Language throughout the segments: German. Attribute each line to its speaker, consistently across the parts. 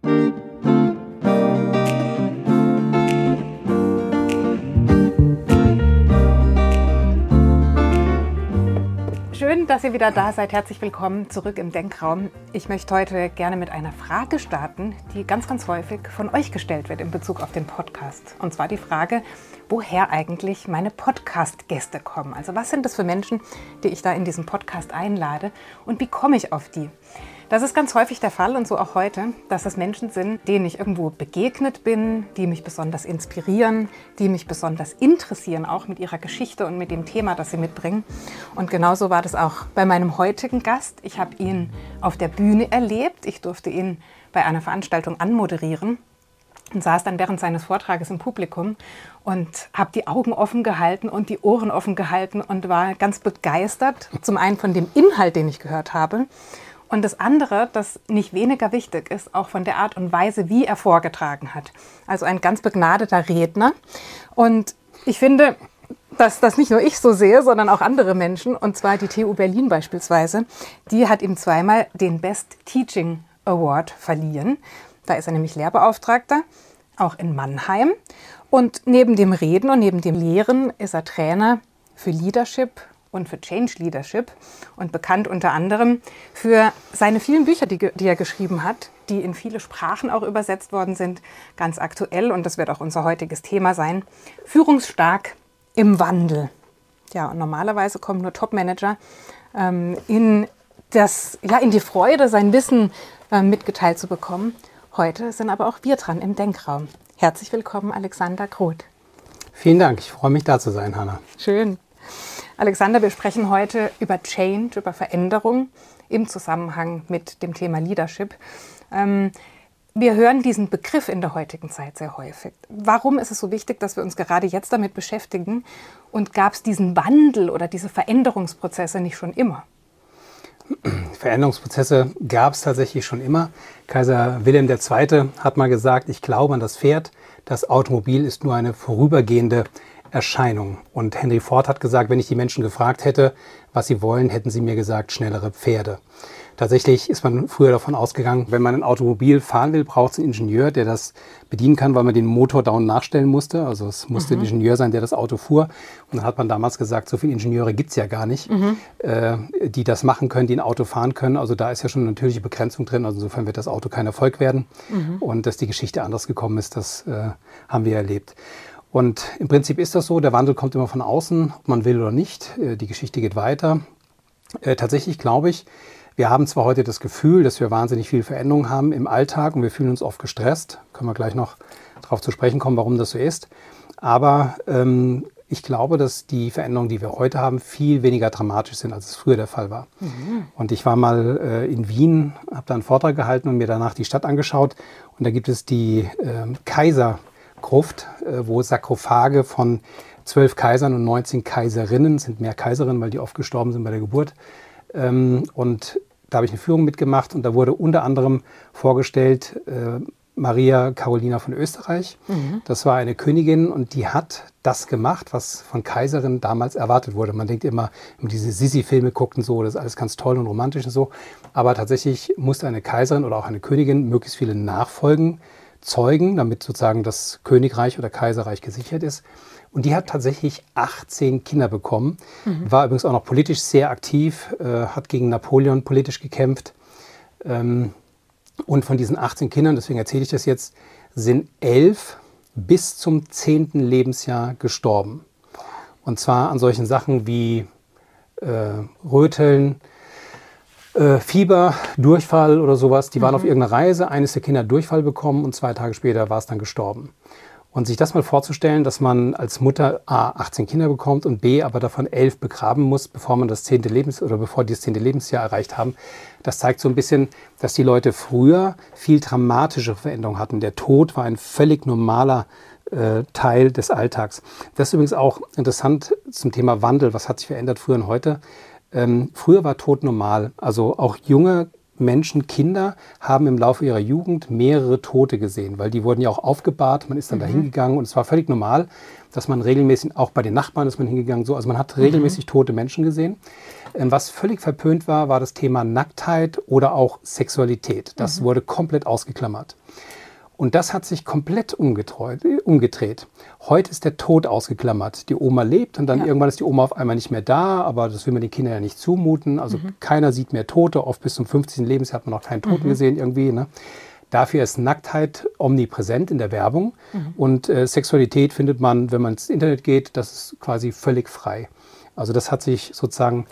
Speaker 1: Schön, dass ihr wieder da seid. Herzlich willkommen zurück im Denkraum. Ich möchte heute gerne mit einer Frage starten, die ganz, ganz häufig von euch gestellt wird in Bezug auf den Podcast. Und zwar die Frage, woher eigentlich meine Podcast-Gäste kommen. Also was sind das für Menschen, die ich da in diesen Podcast einlade und wie komme ich auf die? Das ist ganz häufig der Fall und so auch heute, dass es Menschen sind, denen ich irgendwo begegnet bin, die mich besonders inspirieren, die mich besonders interessieren, auch mit ihrer Geschichte und mit dem Thema, das sie mitbringen. Und genauso war das auch bei meinem heutigen Gast. Ich habe ihn auf der Bühne erlebt. Ich durfte ihn bei einer Veranstaltung anmoderieren und saß dann während seines Vortrages im Publikum und habe die Augen offen gehalten und die Ohren offen gehalten und war ganz begeistert, zum einen von dem Inhalt, den ich gehört habe, und das andere, das nicht weniger wichtig ist, auch von der Art und Weise, wie er vorgetragen hat. Also ein ganz begnadeter Redner. Und ich finde, dass das nicht nur ich so sehe, sondern auch andere Menschen, und zwar die TU Berlin beispielsweise, die hat ihm zweimal den Best Teaching Award verliehen. Da ist er nämlich Lehrbeauftragter, auch in Mannheim. Und neben dem Reden und neben dem Lehren ist er Trainer für Leadership und für Change Leadership und bekannt unter anderem für seine vielen Bücher, die er geschrieben hat, die in viele Sprachen auch übersetzt worden sind, ganz aktuell, und das wird auch unser heutiges Thema sein, Führungsstark im Wandel. Ja, und normalerweise kommen nur Top-Manager in die Freude, sein Wissen mitgeteilt zu bekommen. Heute sind aber auch wir dran im Denkraum. Herzlich willkommen, Alexander Groth.
Speaker 2: Vielen Dank, ich freue mich, da zu sein, Hanna.
Speaker 1: Schön. Alexander, wir sprechen heute über Change, über Veränderung im Zusammenhang mit dem Thema Leadership. Wir hören diesen Begriff in der heutigen Zeit sehr häufig. Warum ist es so wichtig, dass wir uns gerade jetzt damit beschäftigen? Und gab es diesen Wandel oder diese Veränderungsprozesse nicht schon immer?
Speaker 2: Veränderungsprozesse gab es tatsächlich schon immer. Kaiser Wilhelm II. Hat mal gesagt, ich glaube an das Pferd, das Automobil ist nur eine vorübergehende Erscheinung. Und Henry Ford hat gesagt, wenn ich die Menschen gefragt hätte, was sie wollen, hätten sie mir gesagt, schnellere Pferde. Tatsächlich ist man früher davon ausgegangen, wenn man ein Automobil fahren will, braucht es einen Ingenieur, der das bedienen kann, weil man den Motor dauernd nachstellen musste. Also es musste ein Ingenieur sein, der das Auto fuhr. Und dann hat man damals gesagt, so viele Ingenieure gibt es ja gar nicht, die das machen können, die ein Auto fahren können. Also da ist ja schon eine natürliche Begrenzung drin. Also insofern wird das Auto kein Erfolg werden. Und dass die Geschichte anders gekommen ist, das haben wir erlebt. Und im Prinzip ist das so, der Wandel kommt immer von außen, ob man will oder nicht. Die Geschichte geht weiter. Tatsächlich glaube ich, wir haben zwar heute das Gefühl, dass wir wahnsinnig viel Veränderungen haben im Alltag und wir fühlen uns oft gestresst. Können wir gleich noch darauf zu sprechen kommen, warum das so ist. Aber ich glaube, dass die Veränderungen, die wir heute haben, viel weniger dramatisch sind, als es früher der Fall war. Und ich war mal in Wien, habe da einen Vortrag gehalten und mir danach die Stadt angeschaut. Und da gibt es die Kaisergruft, wo Sarkophage von 12 Kaisern und 19 Kaiserinnen, sind mehr Kaiserinnen, weil die oft gestorben sind bei der Geburt. Und da habe ich eine Führung mitgemacht und da wurde unter anderem vorgestellt Maria Carolina von Österreich. Das war eine Königin und die hat das gemacht, was von Kaiserinnen damals erwartet wurde. Man denkt immer, wenn man diese Sissi-Filme guckt und so, das ist alles ganz toll und romantisch und so. Aber tatsächlich musste eine Kaiserin oder auch eine Königin möglichst viele Nachfolgen zeugen, damit sozusagen das Königreich oder Kaiserreich gesichert ist. Und die hat tatsächlich 18 Kinder bekommen, war übrigens auch noch politisch sehr aktiv, hat gegen Napoleon politisch gekämpft. Und von diesen 18 Kindern, deswegen erzähle ich das jetzt, sind 11 bis zum 10. Lebensjahr gestorben. Und zwar an solchen Sachen wie Röteln, Fieber, Durchfall oder sowas. Die waren auf irgendeiner Reise, eines der Kinder hat Durchfall bekommen und 2 Tage später war es dann gestorben. Und sich das mal vorzustellen, dass man als Mutter A 18 Kinder bekommt und B aber davon 11 begraben muss, bevor die das 10. Lebensjahr erreicht haben, das zeigt so ein bisschen, dass die Leute früher viel dramatischere Veränderungen hatten. Der Tod war ein völlig normaler Teil des Alltags. Das ist übrigens auch interessant zum Thema Wandel. Was hat sich verändert früher und heute? Früher war Tod normal. Also auch junge Menschen, Kinder haben im Laufe ihrer Jugend mehrere Tote gesehen, weil die wurden ja auch aufgebahrt, man ist dann da hingegangen und es war völlig normal, dass man regelmäßig, auch bei den Nachbarn ist man hingegangen, so, also man hat regelmäßig tote Menschen gesehen. Was völlig verpönt war, war das Thema Nacktheit oder auch Sexualität. Das wurde komplett ausgeklammert. Und das hat sich komplett umgedreht. Heute ist der Tod ausgeklammert. Die Oma lebt und dann irgendwann ist die Oma auf einmal nicht mehr da, aber das will man den Kindern ja nicht zumuten. Also keiner sieht mehr Tote. Oft bis zum 50. Lebensjahr hat man noch keinen Toten gesehen irgendwie. Ne? Dafür ist Nacktheit omnipräsent in der Werbung. Und Sexualität findet man, wenn man ins Internet geht, das ist quasi völlig frei. Also das hat sich sozusagen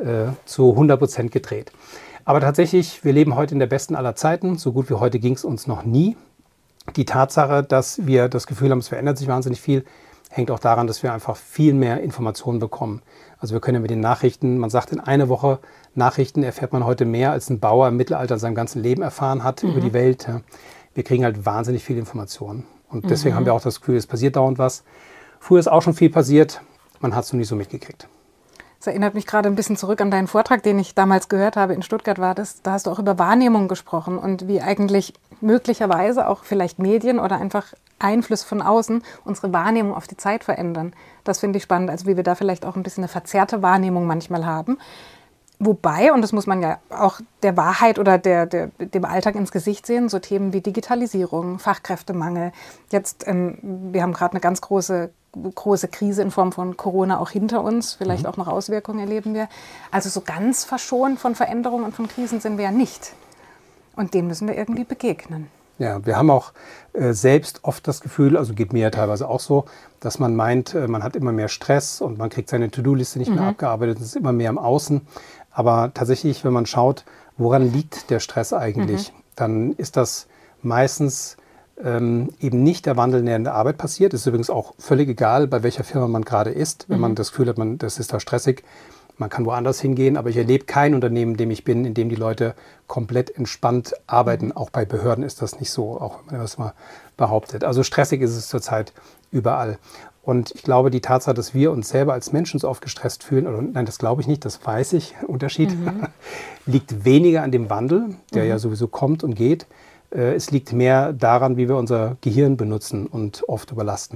Speaker 2: zu 100% gedreht. Aber tatsächlich, wir leben heute in der besten aller Zeiten. So gut wie heute ging es uns noch nie. Die Tatsache, dass wir das Gefühl haben, es verändert sich wahnsinnig viel, hängt auch daran, dass wir einfach viel mehr Informationen bekommen. Also wir können ja mit den Nachrichten, man sagt in einer Woche Nachrichten erfährt man heute mehr, als ein Bauer im Mittelalter in seinem ganzen Leben erfahren hat über die Welt. Wir kriegen halt wahnsinnig viel Informationen. Und deswegen haben wir auch das Gefühl, es passiert dauernd was. Früher ist auch schon viel passiert, man hat es noch nie so mitgekriegt.
Speaker 1: Das erinnert mich gerade ein bisschen zurück an deinen Vortrag, den ich damals gehört habe. In Stuttgart war das. Da hast du auch über Wahrnehmung gesprochen und wie eigentlich möglicherweise auch vielleicht Medien oder einfach Einfluss von außen unsere Wahrnehmung auf die Zeit verändern. Das finde ich spannend, also wie wir da vielleicht auch ein bisschen eine verzerrte Wahrnehmung manchmal haben. Wobei, und das muss man ja auch der Wahrheit oder dem Alltag ins Gesicht sehen, so Themen wie Digitalisierung, Fachkräftemangel. Jetzt, wir haben gerade eine ganz große Krise in Form von Corona auch hinter uns. Vielleicht auch noch Auswirkungen erleben wir. Also so ganz verschont von Veränderungen und von Krisen sind wir ja nicht. Und dem müssen wir irgendwie begegnen.
Speaker 2: Ja, wir haben auch selbst oft das Gefühl, also geht mir ja teilweise auch so, dass man meint, man hat immer mehr Stress und man kriegt seine To-Do-Liste nicht mehr abgearbeitet. Es ist immer mehr im Außen. Aber tatsächlich, wenn man schaut, woran liegt der Stress eigentlich, dann ist das meistens eben nicht der Wandel, der in der Arbeit passiert. Es ist übrigens auch völlig egal, bei welcher Firma man gerade ist. Wenn man das Gefühl hat, das ist da stressig, man kann woanders hingehen. Aber ich erlebe kein Unternehmen, in dem ich bin, in dem die Leute komplett entspannt arbeiten. Auch bei Behörden ist das nicht so, auch wenn man das mal behauptet. Also stressig ist es zurzeit überall. Und ich glaube, die Tatsache, dass wir uns selber als Menschen so oft gestresst fühlen, oder nein, das glaube ich nicht, das weiß ich, Unterschied, liegt weniger an dem Wandel, der ja sowieso kommt und geht. Es liegt mehr daran, wie wir unser Gehirn benutzen und oft überlasten.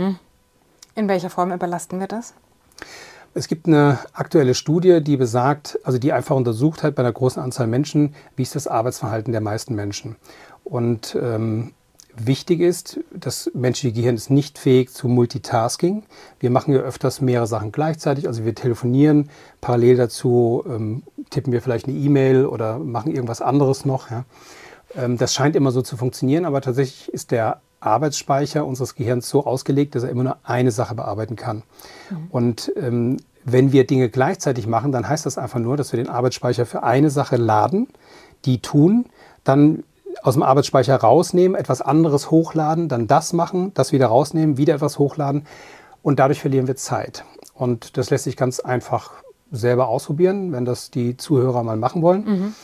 Speaker 1: In welcher Form überlasten wir das?
Speaker 2: Es gibt eine aktuelle Studie, die besagt, also die einfach untersucht hat bei einer großen Anzahl Menschen, wie ist das Arbeitsverhalten der meisten Menschen. Und wichtig ist, das menschliche Gehirn ist nicht fähig zu Multitasking. Wir machen ja öfters mehrere Sachen gleichzeitig. Also wir telefonieren, parallel dazu tippen wir vielleicht eine E-Mail oder machen irgendwas anderes noch. Ja. Das scheint immer so zu funktionieren, aber tatsächlich ist der Arbeitsspeicher unseres Gehirns so ausgelegt, dass er immer nur eine Sache bearbeiten kann. Und wenn wir Dinge gleichzeitig machen, dann heißt das einfach nur, dass wir den Arbeitsspeicher für eine Sache laden, die tun, dann aus dem Arbeitsspeicher rausnehmen, etwas anderes hochladen, dann das machen, das wieder rausnehmen, wieder etwas hochladen und dadurch verlieren wir Zeit. Und das lässt sich ganz einfach selber ausprobieren, wenn das die Zuhörer mal machen wollen.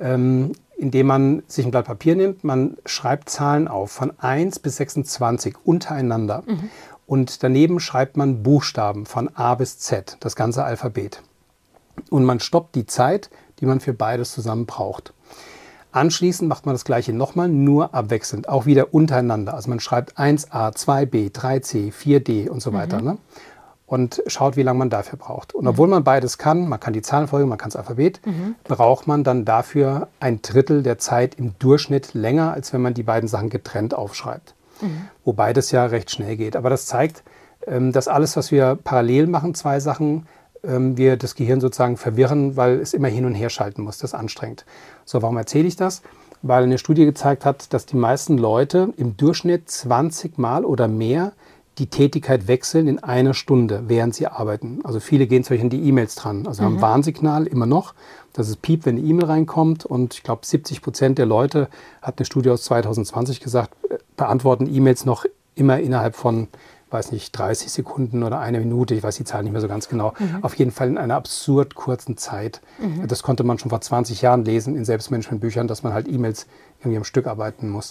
Speaker 2: Indem man sich ein Blatt Papier nimmt, man schreibt Zahlen auf von 1 bis 26 untereinander. Und daneben schreibt man Buchstaben von A bis Z, das ganze Alphabet. Und man stoppt die Zeit, die man für beides zusammen braucht. Anschließend macht man das Gleiche nochmal, nur abwechselnd, auch wieder untereinander. Also man schreibt 1a, 2b, 3c, 4d und so weiter. Ne? Und schaut, wie lange man dafür braucht. Und obwohl man beides kann, man kann die Zahlenfolge, man kann das Alphabet, braucht man dann dafür 1/3 der Zeit im Durchschnitt länger, als wenn man die beiden Sachen getrennt aufschreibt. Wobei das ja recht schnell geht. Aber das zeigt, dass alles, was wir parallel machen, zwei Sachen, wir das Gehirn sozusagen verwirren, weil es immer hin und her schalten muss. Das ist anstrengend. So, warum erzähle ich das? Weil eine Studie gezeigt hat, dass die meisten Leute im Durchschnitt 20 Mal oder mehr die Tätigkeit wechseln in einer Stunde, während sie arbeiten. Also viele gehen zum Beispiel in die E-Mails dran. Also haben Warnsignal immer noch, dass es piept, wenn eine E-Mail reinkommt. Und ich glaube, 70% der Leute, hat eine Studie aus 2020 gesagt, beantworten E-Mails noch immer innerhalb von, weiß nicht, 30 Sekunden oder eine Minute. Ich weiß die Zahl nicht mehr so ganz genau. Auf jeden Fall in einer absurd kurzen Zeit. Das konnte man schon vor 20 Jahren lesen in Selbstmanagementbüchern, dass man halt E-Mails irgendwie am Stück abarbeiten muss.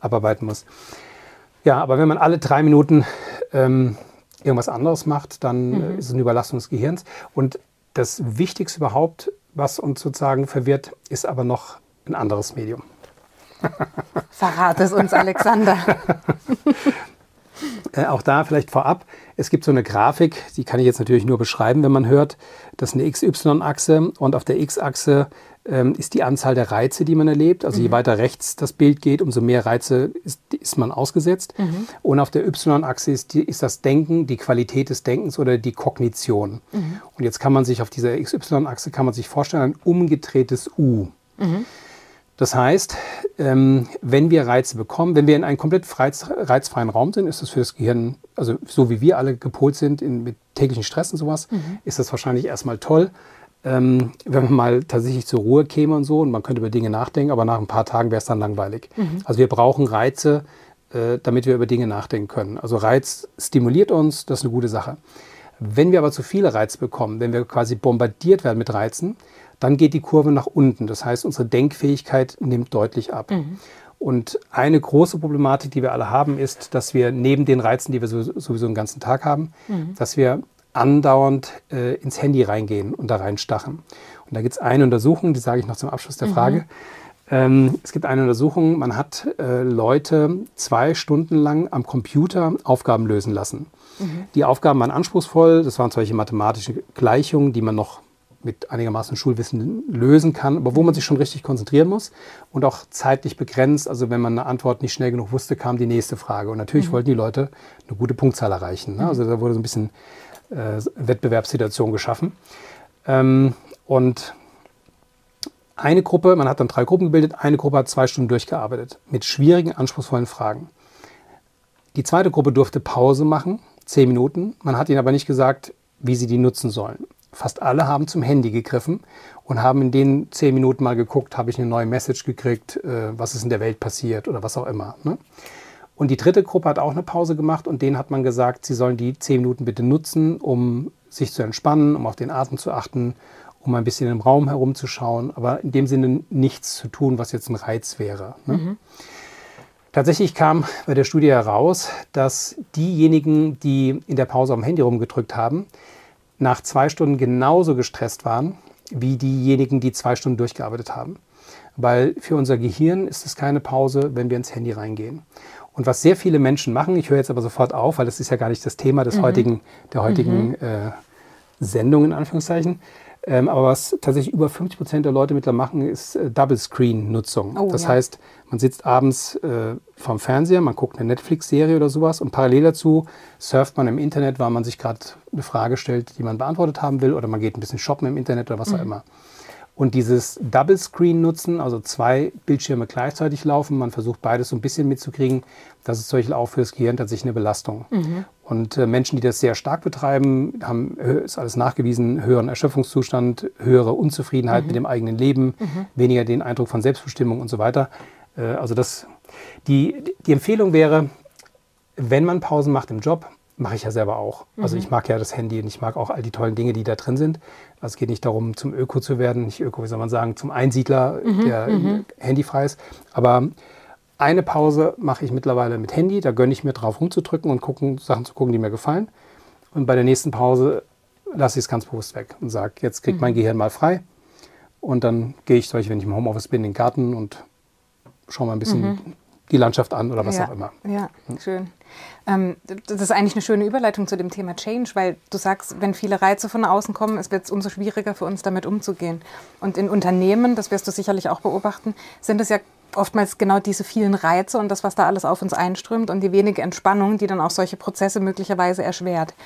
Speaker 2: Ja, aber wenn man alle 3 Minuten irgendwas anderes macht, dann ist es eine Überlastung des Gehirns. Und das Wichtigste überhaupt, was uns sozusagen verwirrt, ist aber noch ein anderes Medium.
Speaker 1: Verrat es uns, Alexander.
Speaker 2: Auch da vielleicht vorab, es gibt so eine Grafik, die kann ich jetzt natürlich nur beschreiben, wenn man hört. Das ist eine XY-Achse und auf der X-Achse ist die Anzahl der Reize, die man erlebt. Also je weiter rechts das Bild geht, umso mehr Reize ist man ausgesetzt. Und auf der Y-Achse ist das Denken, die Qualität des Denkens oder die Kognition. Und jetzt kann man sich auf dieser XY-Achse vorstellen, ein umgedrehtes U. Das heißt, wenn wir Reize bekommen, wenn wir in einem komplett reizfreien Raum sind, ist das für das Gehirn, also so wie wir alle gepolt sind mit täglichen Stress und sowas, ist das wahrscheinlich erstmal toll, wenn man mal tatsächlich zur Ruhe käme und so und man könnte über Dinge nachdenken, aber nach ein paar Tagen wäre es dann langweilig. Also wir brauchen Reize, damit wir über Dinge nachdenken können. Also Reiz stimuliert uns, das ist eine gute Sache. Wenn wir aber zu viele Reize bekommen, wenn wir quasi bombardiert werden mit Reizen, dann geht die Kurve nach unten. Das heißt, unsere Denkfähigkeit nimmt deutlich ab. Und eine große Problematik, die wir alle haben, ist, dass wir neben den Reizen, die wir sowieso den ganzen Tag haben, dass wir andauernd ins Handy reingehen und da reinstachen. Und da gibt es eine Untersuchung, die sage ich noch zum Abschluss der Frage. Es gibt eine Untersuchung, man hat Leute 2 Stunden lang am Computer Aufgaben lösen lassen. Die Aufgaben waren anspruchsvoll, das waren solche mathematische Gleichungen, die man noch mit einigermaßen Schulwissen lösen kann, aber wo man sich schon richtig konzentrieren muss und auch zeitlich begrenzt. Also wenn man eine Antwort nicht schnell genug wusste, kam die nächste Frage. Und natürlich wollten die Leute eine gute Punktzahl erreichen. Ne? Also da wurde so ein bisschen Wettbewerbssituation geschaffen. Und eine Gruppe, man hat dann 3 Gruppen gebildet, eine Gruppe hat 2 Stunden durchgearbeitet mit schwierigen, anspruchsvollen Fragen. Die zweite Gruppe durfte Pause machen, 10 Minuten. Man hat ihnen aber nicht gesagt, wie sie die nutzen sollen. Fast alle haben zum Handy gegriffen und haben in den 10 Minuten mal geguckt, habe ich eine neue Message gekriegt, was ist in der Welt passiert oder was auch immer. Ne? Und die dritte Gruppe hat auch eine Pause gemacht und denen hat man gesagt, sie sollen die 10 Minuten bitte nutzen, um sich zu entspannen, um auf den Atem zu achten, um ein bisschen im Raum herumzuschauen, aber in dem Sinne nichts zu tun, was jetzt ein Reiz wäre. Ne? Tatsächlich kam bei der Studie heraus, dass diejenigen, die in der Pause am Handy rumgedrückt haben, nach 2 Stunden genauso gestresst waren, wie diejenigen, die 2 Stunden durchgearbeitet haben. Weil für unser Gehirn ist es keine Pause, wenn wir ins Handy reingehen. Und was sehr viele Menschen machen, ich höre jetzt aber sofort auf, weil das ist ja gar nicht das Thema der heutigen Sendung, in Anführungszeichen. Aber was tatsächlich über 50% der Leute mittlerweile machen, ist Double-Screen-Nutzung. Das heißt, man sitzt abends vorm Fernseher, man guckt eine Netflix-Serie oder sowas und parallel dazu surft man im Internet, weil man sich gerade eine Frage stellt, die man beantwortet haben will, oder man geht ein bisschen shoppen im Internet oder was auch immer. Und dieses Double-Screen-Nutzen, also 2 Bildschirme gleichzeitig laufen, man versucht beides so ein bisschen mitzukriegen, das ist solch auch für das Gehirn tatsächlich eine Belastung. Und Menschen, die das sehr stark betreiben, haben, ist alles nachgewiesen, höheren Erschöpfungszustand, höhere Unzufriedenheit mit dem eigenen Leben, weniger den Eindruck von Selbstbestimmung und so weiter. Also die Empfehlung wäre, wenn man Pausen macht im Job, mache ich ja selber auch. Also ich mag ja das Handy und ich mag auch all die tollen Dinge, die da drin sind. Also es geht nicht darum, zum Öko zu werden, nicht Öko, wie soll man sagen, zum Einsiedler, der handyfrei ist. Aber eine Pause mache ich mittlerweile mit Handy, da gönne ich mir drauf rumzudrücken und Sachen zu gucken, die mir gefallen. Und bei der nächsten Pause lasse ich es ganz bewusst weg und sage, jetzt kriegt mein Gehirn mal frei. Und dann gehe ich, wenn ich im Homeoffice bin, in den Garten und schaue mal ein bisschen die Landschaft an oder was auch immer.
Speaker 1: Ja, schön. Das ist eigentlich eine schöne Überleitung zu dem Thema Change, weil du sagst, wenn viele Reize von außen kommen, es wird umso schwieriger für uns, damit umzugehen. Und in Unternehmen, das wirst du sicherlich auch beobachten, sind es ja oftmals genau diese vielen Reize und das, was da alles auf uns einströmt und die wenige Entspannung, die dann auch solche Prozesse möglicherweise erschwert.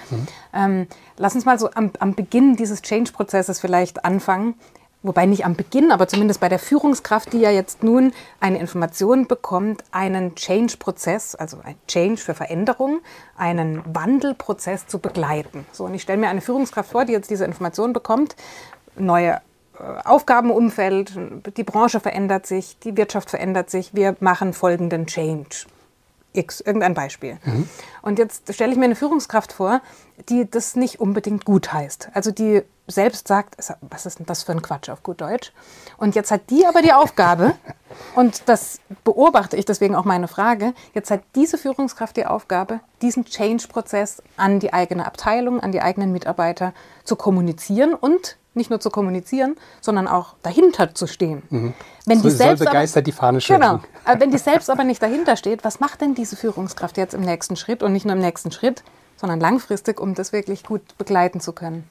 Speaker 1: Lass uns mal so am Beginn dieses Change-Prozesses vielleicht anfangen. Wobei nicht am Beginn, aber zumindest bei der Führungskraft, die ja jetzt nun eine Information bekommt, einen Change-Prozess, also ein Change für Veränderung, einen Wandelprozess zu begleiten. So, und ich stelle mir eine Führungskraft vor, die jetzt diese Information bekommt, neue Aufgabenumfeld, die Branche verändert sich, die Wirtschaft verändert sich, wir machen folgenden Change. X, irgendein Beispiel. Und jetzt stelle ich mir eine Führungskraft vor, die das nicht unbedingt gut heißt. Also die selbst sagt, was ist denn das für ein Quatsch auf gut Deutsch? Und jetzt hat die aber die Aufgabe, und das beobachte ich, deswegen auch meine Frage, jetzt hat diese Führungskraft die Aufgabe, diesen Change-Prozess an die eigene Abteilung, an die eigenen Mitarbeiter zu kommunizieren und nicht nur zu kommunizieren, sondern auch dahinter zu stehen.
Speaker 2: Wenn die selbst begeistert die Fahne schwenken.
Speaker 1: Genau. Aber wenn die selbst aber nicht dahinter steht, was macht denn diese Führungskraft jetzt im nächsten Schritt und nicht nur im nächsten Schritt, sondern langfristig, um das wirklich gut begleiten zu können?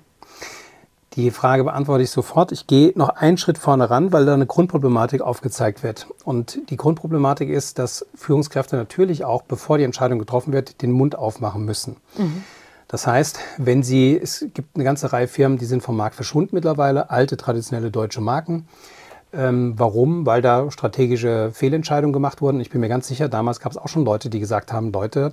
Speaker 2: Die Frage beantworte ich sofort. Ich gehe noch einen Schritt vorne ran, weil da eine Grundproblematik aufgezeigt wird. Und die Grundproblematik ist, dass Führungskräfte natürlich auch, bevor die Entscheidung getroffen wird, den Mund aufmachen müssen. Das heißt, es gibt eine ganze Reihe Firmen, die sind vom Markt verschwunden mittlerweile, alte, traditionelle deutsche Marken. Warum? Weil da strategische Fehlentscheidungen gemacht wurden. Ich bin mir ganz sicher, damals gab es auch schon Leute, die gesagt haben, Leute,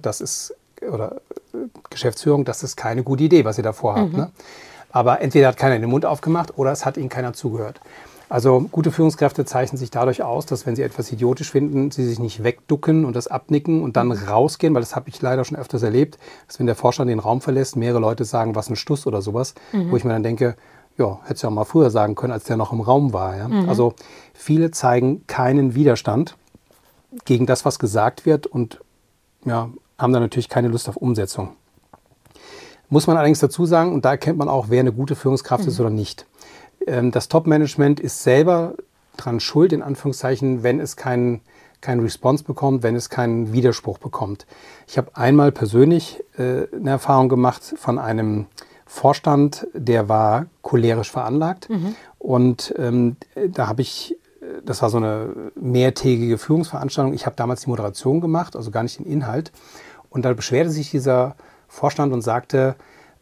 Speaker 2: Geschäftsführung, das ist keine gute Idee, was ihr da vorhabt. Ne? Aber entweder hat keiner den Mund aufgemacht oder es hat ihnen keiner zugehört. Also gute Führungskräfte zeichnen sich dadurch aus, dass wenn sie etwas idiotisch finden, sie sich nicht wegducken und das abnicken und dann rausgehen, weil das habe ich leider schon öfters erlebt, dass wenn der Vorstand den Raum verlässt, mehrere Leute sagen, was ein Stuss oder sowas, wo ich mir dann denke, ja, hättest du ja mal früher sagen können, als der noch im Raum war. Ja? Also viele zeigen keinen Widerstand gegen das, was gesagt wird und ja, haben dann natürlich keine Lust auf Umsetzung. Muss man allerdings dazu sagen, und da erkennt man auch, wer eine gute Führungskraft ist oder nicht. Das Top-Management ist selber dran schuld, in Anführungszeichen, wenn es keinen Response bekommt, wenn es keinen Widerspruch bekommt. Ich habe einmal persönlich eine Erfahrung gemacht von einem Vorstand, der war cholerisch veranlagt. Und das war so eine mehrtägige Führungsveranstaltung. Ich habe damals die Moderation gemacht, also gar nicht den Inhalt. Und da beschwerte sich dieser Vorstand und sagte,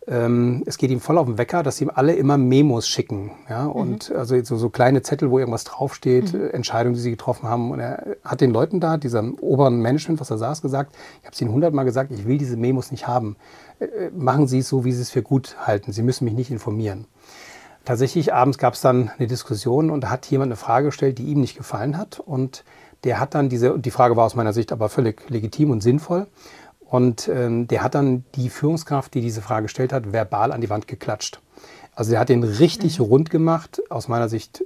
Speaker 2: es geht ihm voll auf den Wecker, dass ihm alle immer Memos schicken. Ja? Und also so kleine Zettel, wo irgendwas draufsteht, Entscheidungen, die sie getroffen haben. Und er hat den Leuten da, diesem oberen Management, was da saß, gesagt, ich habe es ihnen 100-mal gesagt, ich will diese Memos nicht haben. Machen Sie es so, wie Sie es für gut halten. Sie müssen mich nicht informieren. Tatsächlich, abends gab es dann eine Diskussion und da hat jemand eine Frage gestellt, die ihm nicht gefallen hat. Und der hat dann die Frage war aus meiner Sicht aber völlig legitim und sinnvoll. Und der hat dann die Führungskraft, die diese Frage gestellt hat, verbal an die Wand geklatscht. Also der hat den richtig rund gemacht, aus meiner Sicht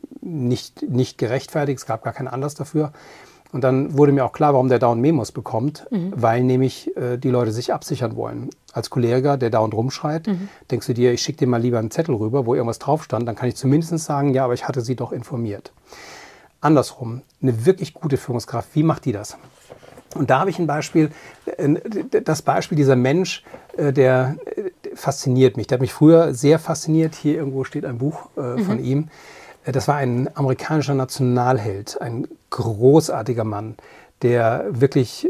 Speaker 2: nicht gerechtfertigt, es gab gar keinen Anlass dafür. Und dann wurde mir auch klar, warum der dauernd Memos bekommt, weil nämlich die Leute sich absichern wollen. Als Choleriker, der dauernd rumschreit, denkst du dir, ich schicke dir mal lieber einen Zettel rüber, wo irgendwas drauf stand, dann kann ich zumindest sagen, ja, aber ich hatte sie doch informiert. Andersrum, eine wirklich gute Führungskraft, wie macht die das? Und da habe ich ein Beispiel, das Beispiel dieser Mensch, der fasziniert mich. Der hat mich früher sehr fasziniert. Hier irgendwo steht ein Buch von ihm. Das war ein amerikanischer Nationalheld, ein großartiger Mann, der wirklich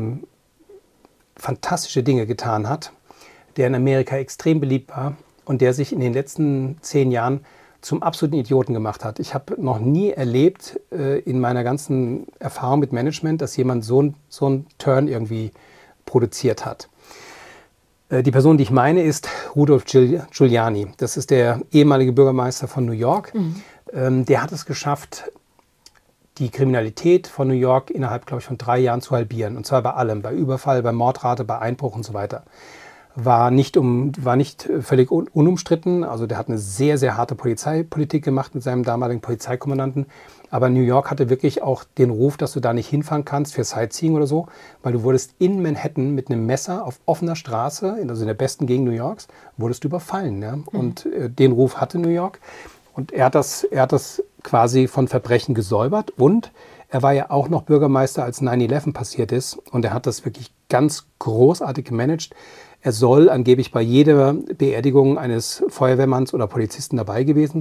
Speaker 2: fantastische Dinge getan hat, der in Amerika extrem beliebt war und der sich in den letzten 10 Jahren zum absoluten Idioten gemacht hat. Ich habe noch nie erlebt in meiner ganzen Erfahrung mit Management, dass jemand so einen Turn irgendwie produziert hat. Die Person, die ich meine, ist Rudolph Giuliani. Das ist der ehemalige Bürgermeister von New York. Der hat es geschafft, die Kriminalität von New York innerhalb, glaube ich, von 3 Jahren zu halbieren. Und zwar bei allem, bei Überfall, bei Mordrate, bei Einbruch und so weiter. War nicht völlig unumstritten. Also der hat eine sehr, sehr harte Polizeipolitik gemacht mit seinem damaligen Polizeikommandanten. Aber New York hatte wirklich auch den Ruf, dass du da nicht hinfahren kannst für Sightseeing oder so, weil du wurdest in Manhattan mit einem Messer auf offener Straße, also in der besten Gegend New Yorks, wurdest du überfallen. Ja? Und den Ruf hatte New York. Und er hat das quasi von Verbrechen gesäubert. Und er war ja auch noch Bürgermeister, als 9/11 passiert ist. Und er hat das wirklich ganz großartig gemanagt. Er soll angeblich bei jeder Beerdigung eines Feuerwehrmanns oder Polizisten dabei gewesen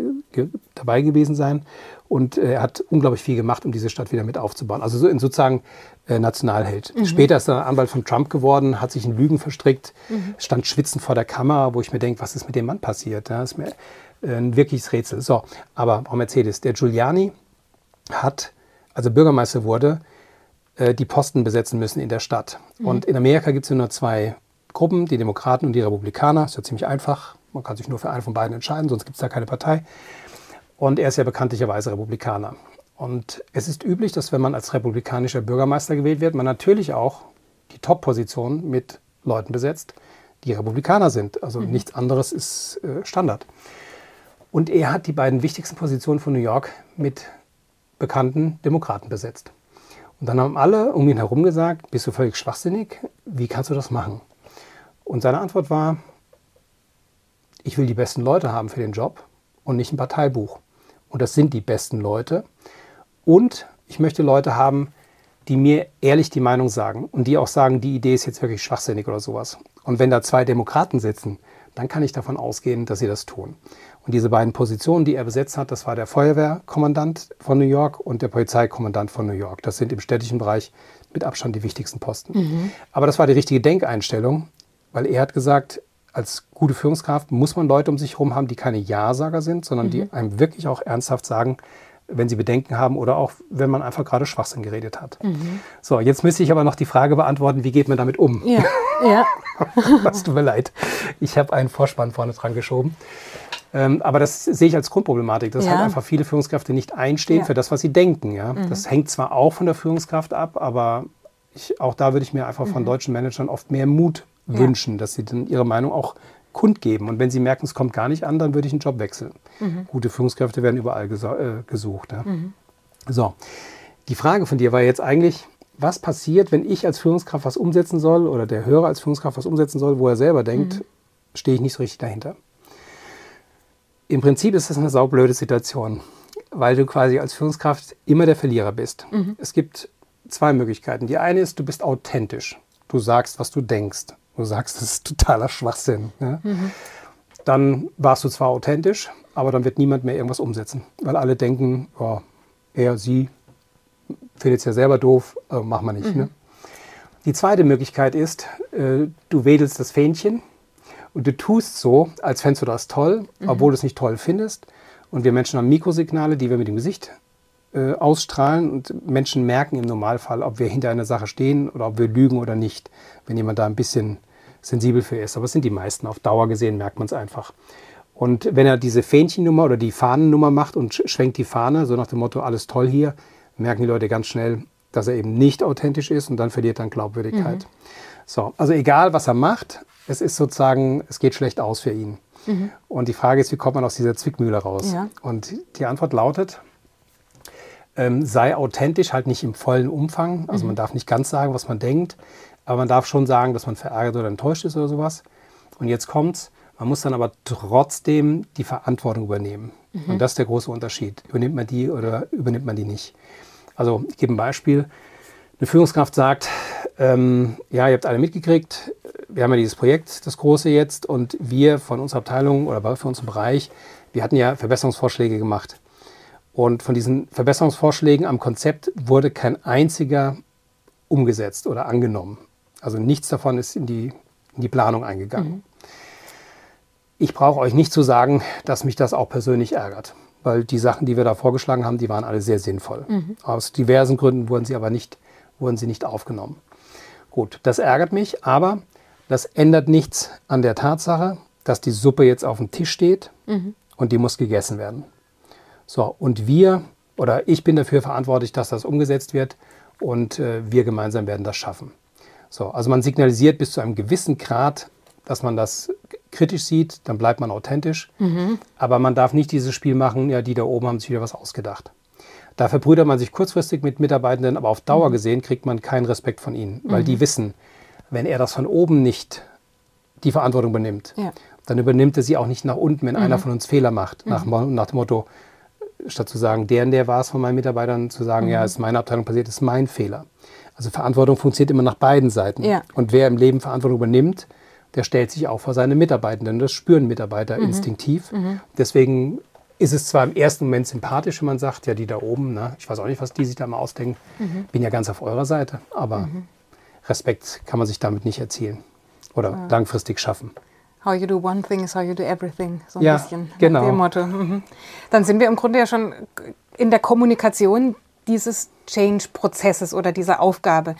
Speaker 2: sein. Und er hat unglaublich viel gemacht, um diese Stadt wieder mit aufzubauen. Also sozusagen Nationalheld. Später ist er Anwalt von Trump geworden, hat sich in Lügen verstrickt, stand schwitzend vor der Kamera, wo ich mir denke, was ist mit dem Mann passiert? Ja, das ist mir ein wirkliches Rätsel. So, aber warum erzähle ich es? Der Giuliani hat, als er Bürgermeister wurde, die Posten besetzen müssen in der Stadt. Und in Amerika gibt es nur 2 Gruppen, die Demokraten und die Republikaner. Das ist ja ziemlich einfach. Man kann sich nur für einen von beiden entscheiden, sonst gibt es da keine Partei. Und er ist ja bekanntlicherweise Republikaner. Und es ist üblich, dass wenn man als republikanischer Bürgermeister gewählt wird, man natürlich auch die Top-Position mit Leuten besetzt, die Republikaner sind. Also nichts anderes ist Standard. Und er hat die beiden wichtigsten Positionen von New York mit bekannten Demokraten besetzt. Und dann haben alle um ihn herum gesagt, bist du völlig schwachsinnig? Wie kannst du das machen? Und seine Antwort war, ich will die besten Leute haben für den Job und nicht ein Parteibuch. Und das sind die besten Leute. Und ich möchte Leute haben, die mir ehrlich die Meinung sagen und die auch sagen, die Idee ist jetzt wirklich schwachsinnig oder sowas. Und wenn da 2 Demokraten sitzen, dann kann ich davon ausgehen, dass sie das tun. Und diese beiden Positionen, die er besetzt hat, das war der Feuerwehrkommandant von New York und der Polizeikommandant von New York. Das sind im städtischen Bereich mit Abstand die wichtigsten Posten. Aber das war die richtige Denkeinstellung, weil er hat gesagt, als gute Führungskraft muss man Leute um sich herum haben, die keine Ja-Sager sind, sondern die einem wirklich auch ernsthaft sagen, wenn sie Bedenken haben oder auch, wenn man einfach gerade Schwachsinn geredet hat. So, jetzt müsste ich aber noch die Frage beantworten, wie geht man damit um?
Speaker 1: Ja, ja.
Speaker 2: Es tut mir leid. Ich habe einen Vorspann vorne dran geschoben. Aber das sehe ich als Grundproblematik, dass halt einfach viele Führungskräfte nicht einstehen für das, was sie denken. Ja? Das hängt zwar auch von der Führungskraft ab, aber auch da würde ich mir einfach von deutschen Managern oft mehr Mut wünschen, dass sie dann ihre Meinung auch kundgeben. Und wenn sie merken, es kommt gar nicht an, dann würde ich einen Job wechseln. Gute Führungskräfte werden überall gesucht. Ja? So, die Frage von dir war jetzt eigentlich, was passiert, wenn ich als Führungskraft was umsetzen soll oder der Hörer als Führungskraft was umsetzen soll, wo er selber denkt, stehe ich nicht so richtig dahinter. Im Prinzip ist das eine saublöde Situation, weil du quasi als Führungskraft immer der Verlierer bist. Es gibt 2 Möglichkeiten. Die eine ist, du bist authentisch. Du sagst, was du denkst. Du sagst, das ist totaler Schwachsinn. Ja? Dann warst du zwar authentisch, aber dann wird niemand mehr irgendwas umsetzen. Weil alle denken, oh, er, sie findet es ja selber doof, machen wir nicht. Ne? Die zweite Möglichkeit ist, du wedelst das Fähnchen und du tust so, als fändest du das toll, obwohl du es nicht toll findest. Und wir Menschen haben Mikrosignale, die wir mit dem Gesicht ausstrahlen. Und Menschen merken im Normalfall, ob wir hinter einer Sache stehen oder ob wir lügen oder nicht, wenn jemand da ein bisschen sensibel für ist. Aber es sind die meisten. Auf Dauer gesehen merkt man es einfach. Und wenn er diese Fähnchennummer oder die Fahnennummer macht und schwenkt die Fahne, so nach dem Motto, alles toll hier, merken die Leute ganz schnell, dass er eben nicht authentisch ist und dann verliert er Glaubwürdigkeit. So, also egal, was er macht, es ist sozusagen, es geht schlecht aus für ihn. Und die Frage ist, wie kommt man aus dieser Zwickmühle raus? Ja. Und die Antwort lautet, sei authentisch, halt nicht im vollen Umfang. Also man darf nicht ganz sagen, was man denkt, aber man darf schon sagen, dass man verärgert oder enttäuscht ist oder sowas. Und jetzt kommt's, man muss dann aber trotzdem die Verantwortung übernehmen. Und das ist der große Unterschied. Übernimmt man die oder übernimmt man die nicht? Also ich gebe ein Beispiel. Eine Führungskraft sagt, ja, ihr habt alle mitgekriegt, wir haben ja dieses Projekt, das große jetzt, und wir von unserer Abteilung oder für unseren Bereich, wir hatten ja Verbesserungsvorschläge gemacht. Und von diesen Verbesserungsvorschlägen am Konzept wurde kein einziger umgesetzt oder angenommen. Also nichts davon ist in die Planung eingegangen. Ich brauche euch nicht zu sagen, dass mich das auch persönlich ärgert, weil die Sachen, die wir da vorgeschlagen haben, die waren alle sehr sinnvoll. Aus diversen Gründen wurden sie nicht aufgenommen. Gut, das ärgert mich, aber das ändert nichts an der Tatsache, dass die Suppe jetzt auf dem Tisch steht und die muss gegessen werden. So, und ich bin dafür verantwortlich, dass das umgesetzt wird und wir gemeinsam werden das schaffen. So, also man signalisiert bis zu einem gewissen Grad, dass man das kritisch sieht, dann bleibt man authentisch. Aber man darf nicht dieses Spiel machen, ja, die da oben haben sich wieder was ausgedacht. Da verbrüdert man sich kurzfristig mit Mitarbeitenden, aber auf Dauer gesehen kriegt man keinen Respekt von ihnen, weil die wissen, wenn er das von oben nicht die Verantwortung übernimmt, dann übernimmt er sie auch nicht nach unten, wenn einer von uns Fehler macht. Nach dem Motto, statt zu sagen, der war es von meinen Mitarbeitern, zu sagen, ja, es ist meine Abteilung passiert, ist mein Fehler. Also Verantwortung funktioniert immer nach beiden Seiten. Ja. Und wer im Leben Verantwortung übernimmt, der stellt sich auch vor seine Mitarbeitenden. Das spüren Mitarbeiter instinktiv. Deswegen ist es zwar im ersten Moment sympathisch, wenn man sagt, ja, die da oben, ne, ich weiß auch nicht, was die sich da mal ausdenken, bin ja ganz auf eurer Seite, aber Respekt kann man sich damit nicht erzielen oder langfristig schaffen.
Speaker 1: How you do one thing is how you do everything, so ein bisschen.
Speaker 2: Genau.
Speaker 1: Nach dem Motto. Dann sind wir im Grunde ja schon in der Kommunikation dieses Change-Prozesses oder dieser Aufgabe.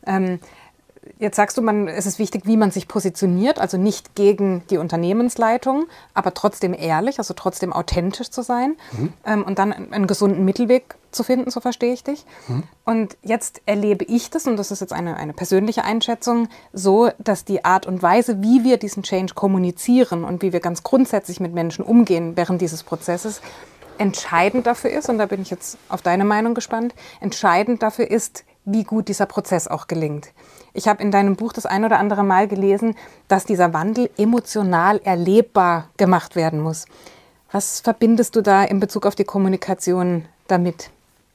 Speaker 1: Jetzt sagst du, es ist wichtig, wie man sich positioniert, also nicht gegen die Unternehmensleitung, aber trotzdem ehrlich, also trotzdem authentisch zu sein und dann einen gesunden Mittelweg zu finden, so verstehe ich dich. Und jetzt erlebe ich das, und das ist jetzt eine persönliche Einschätzung, so, dass die Art und Weise, wie wir diesen Change kommunizieren und wie wir ganz grundsätzlich mit Menschen umgehen während dieses Prozesses, entscheidend dafür ist, und da bin ich jetzt auf deine Meinung gespannt, entscheidend dafür ist, wie gut dieser Prozess auch gelingt. Ich habe in deinem Buch das ein oder andere Mal gelesen, dass dieser Wandel emotional erlebbar gemacht werden muss. Was verbindest du da in Bezug auf die Kommunikation damit?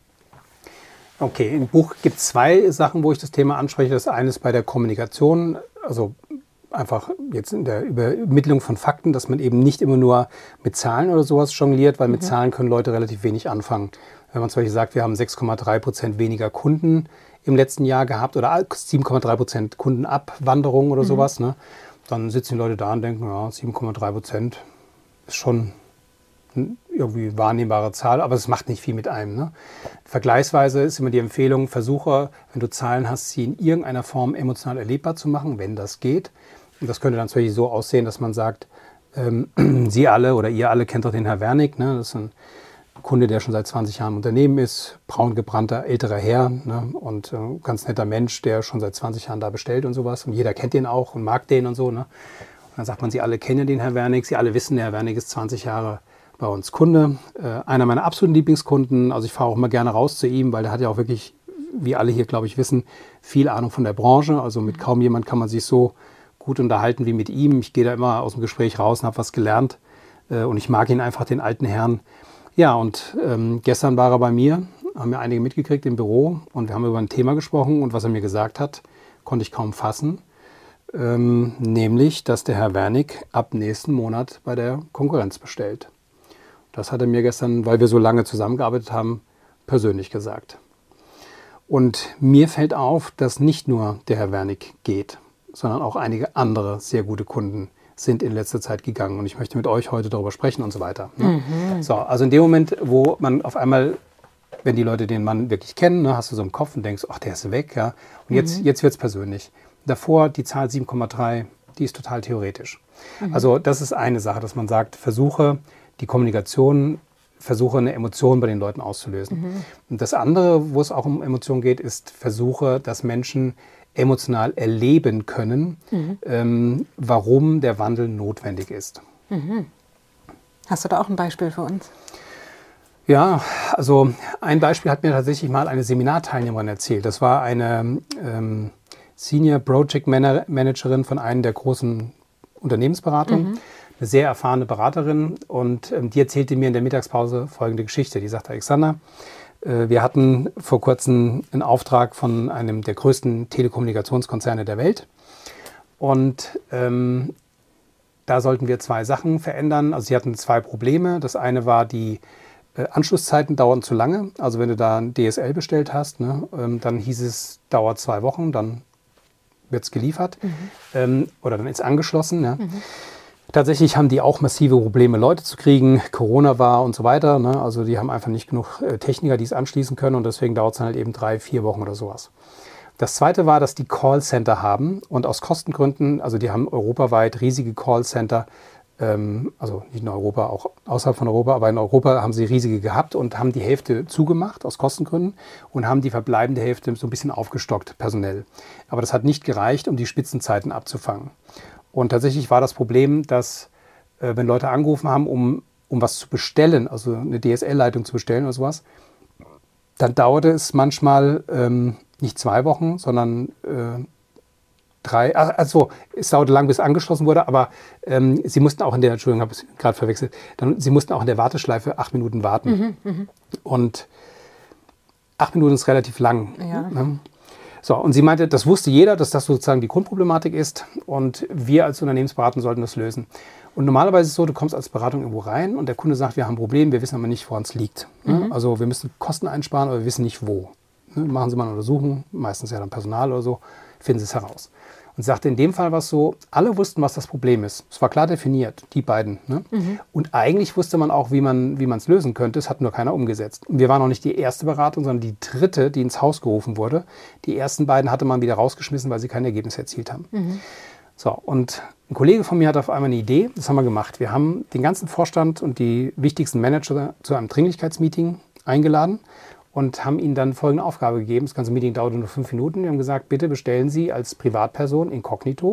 Speaker 2: Okay, im Buch gibt es zwei Sachen, wo ich das Thema anspreche. Das eine ist bei der Kommunikation, also einfach jetzt in der Übermittlung von Fakten, dass man eben nicht immer nur mit Zahlen oder sowas jongliert, weil mit Zahlen können Leute relativ wenig anfangen. Wenn man zum Beispiel sagt, wir haben 6,3% weniger Kunden im letzten Jahr gehabt oder 7,3% Kundenabwanderung oder sowas, ne, dann sitzen die Leute da und denken, ja, 7,3% ist schon irgendwie wahrnehmbare Zahl, aber es macht nicht viel mit einem. Ne? Vergleichsweise ist immer die Empfehlung, versuche, wenn du Zahlen hast, sie in irgendeiner Form emotional erlebbar zu machen, wenn das geht. Und das könnte dann zum Beispiel so aussehen, dass man sagt, Sie alle oder ihr alle kennt doch den Herr Wernig, ne? Das ist ein Kunde, der schon seit 20 Jahren im Unternehmen ist, braun gebrannter älterer Herr, ne? Und ganz netter Mensch, der schon seit 20 Jahren da bestellt und sowas. Und jeder kennt den auch und mag den und so. Ne? Und dann sagt man, Sie alle kennen den Herr Wernig, Sie alle wissen, der Herr Wernig ist 20 Jahre bei uns Kunde, einer meiner absoluten Lieblingskunden. Also ich fahre auch immer gerne raus zu ihm, weil der hat ja auch wirklich, wie alle hier, glaube ich, wissen, viel Ahnung von der Branche. Also mit kaum jemand kann man sich so gut unterhalten wie mit ihm. Ich gehe da immer aus dem Gespräch raus und habe was gelernt. Und ich mag ihn einfach, den alten Herrn. Ja, und gestern war er bei mir, haben mir einige mitgekriegt im Büro und wir haben über ein Thema gesprochen und was er mir gesagt hat, konnte ich kaum fassen. Nämlich, dass der Herr Wernig ab nächsten Monat bei der Konkurrenz bestellt. Das hat er mir gestern, weil wir so lange zusammengearbeitet haben, persönlich gesagt. Und mir fällt auf, dass nicht nur der Herr Wernig geht, sondern auch einige andere sehr gute Kunden sind in letzter Zeit gegangen. Und ich möchte mit euch heute darüber sprechen und so weiter. Ne? So, also in dem Moment, wo man auf einmal, wenn die Leute den Mann wirklich kennen, ne, hast du so im Kopf und denkst, ach, der ist weg. Ja? Und jetzt wird es persönlich. Davor die Zahl 7,3, die ist total theoretisch. Also das ist eine Sache, dass man sagt, versuche die Kommunikation, versuche eine Emotion bei den Leuten auszulösen. Und das andere, wo es auch um Emotionen geht, ist, versuche, dass Menschen emotional erleben können, warum der Wandel notwendig ist.
Speaker 1: Hast du da auch ein Beispiel für uns?
Speaker 2: Ja, also ein Beispiel hat mir tatsächlich mal eine Seminarteilnehmerin erzählt. Das war eine Senior Project Managerin von einer der großen Unternehmensberatungen. Eine sehr erfahrene Beraterin und die erzählte mir in der Mittagspause folgende Geschichte. Die sagte, Alexander, wir hatten vor kurzem einen Auftrag von einem der größten Telekommunikationskonzerne der Welt und da sollten wir zwei Sachen verändern. Also sie hatten zwei Probleme. Das eine war, die Anschlusszeiten dauern zu lange. Also wenn du da ein DSL bestellt hast, ne, dann hieß es, dauert 2 Wochen, dann wird es geliefert oder dann ist angeschlossen. Ja. Tatsächlich haben die auch massive Probleme, Leute zu kriegen. Corona war und so weiter. Ne? Also die haben einfach nicht genug Techniker, die es anschließen können. Und deswegen dauert es dann halt eben 3-4 Wochen oder sowas. Das Zweite war, dass die Callcenter haben. Und aus Kostengründen, also die haben europaweit riesige Callcenter. Also nicht in Europa, auch außerhalb von Europa. Aber in Europa haben sie riesige gehabt und haben die Hälfte zugemacht aus Kostengründen. Und haben die verbleibende Hälfte so ein bisschen aufgestockt, personell. Aber das hat nicht gereicht, um die Spitzenzeiten abzufangen. Und tatsächlich war das Problem, dass wenn Leute angerufen haben, um was zu bestellen, also eine DSL-Leitung zu bestellen oder sowas, dann dauerte es manchmal nicht 2 Wochen, sondern 3. Also es dauerte lang, bis angeschlossen wurde, aber sie mussten auch in der, Entschuldigung, habe ich gerade verwechselt, sie mussten auch in der Warteschleife 8 Minuten warten. Und 8 Minuten ist relativ lang.
Speaker 1: Ja.
Speaker 2: Ne? So, und sie meinte, das wusste jeder, dass das sozusagen die Grundproblematik ist und wir als Unternehmensberater sollten das lösen. Und normalerweise ist es so, du kommst als Beratung irgendwo rein und der Kunde sagt, wir haben ein Problem, wir wissen aber nicht, woran es liegt. Also wir müssen Kosten einsparen, aber wir wissen nicht, wo. Machen Sie mal eine Untersuchung, meistens ja dann Personal oder so, finden Sie es heraus. Und sie sagte, in dem Fall war es so, alle wussten, was das Problem ist. Es war klar definiert, die beiden. Ne? Und eigentlich wusste man auch, wie man es lösen könnte. Es hat nur keiner umgesetzt. Und wir waren noch nicht die erste Beratung, sondern die dritte, die ins Haus gerufen wurde. Die ersten beiden hatte man wieder rausgeschmissen, weil sie kein Ergebnis erzielt haben. So, und ein Kollege von mir hatte auf einmal eine Idee. Das haben wir gemacht. Wir haben den ganzen Vorstand und die wichtigsten Manager zu einem Dringlichkeitsmeeting eingeladen und haben ihnen dann folgende Aufgabe gegeben. Das ganze Meeting dauerte nur 5 Minuten. Wir haben gesagt, bitte bestellen Sie als Privatperson inkognito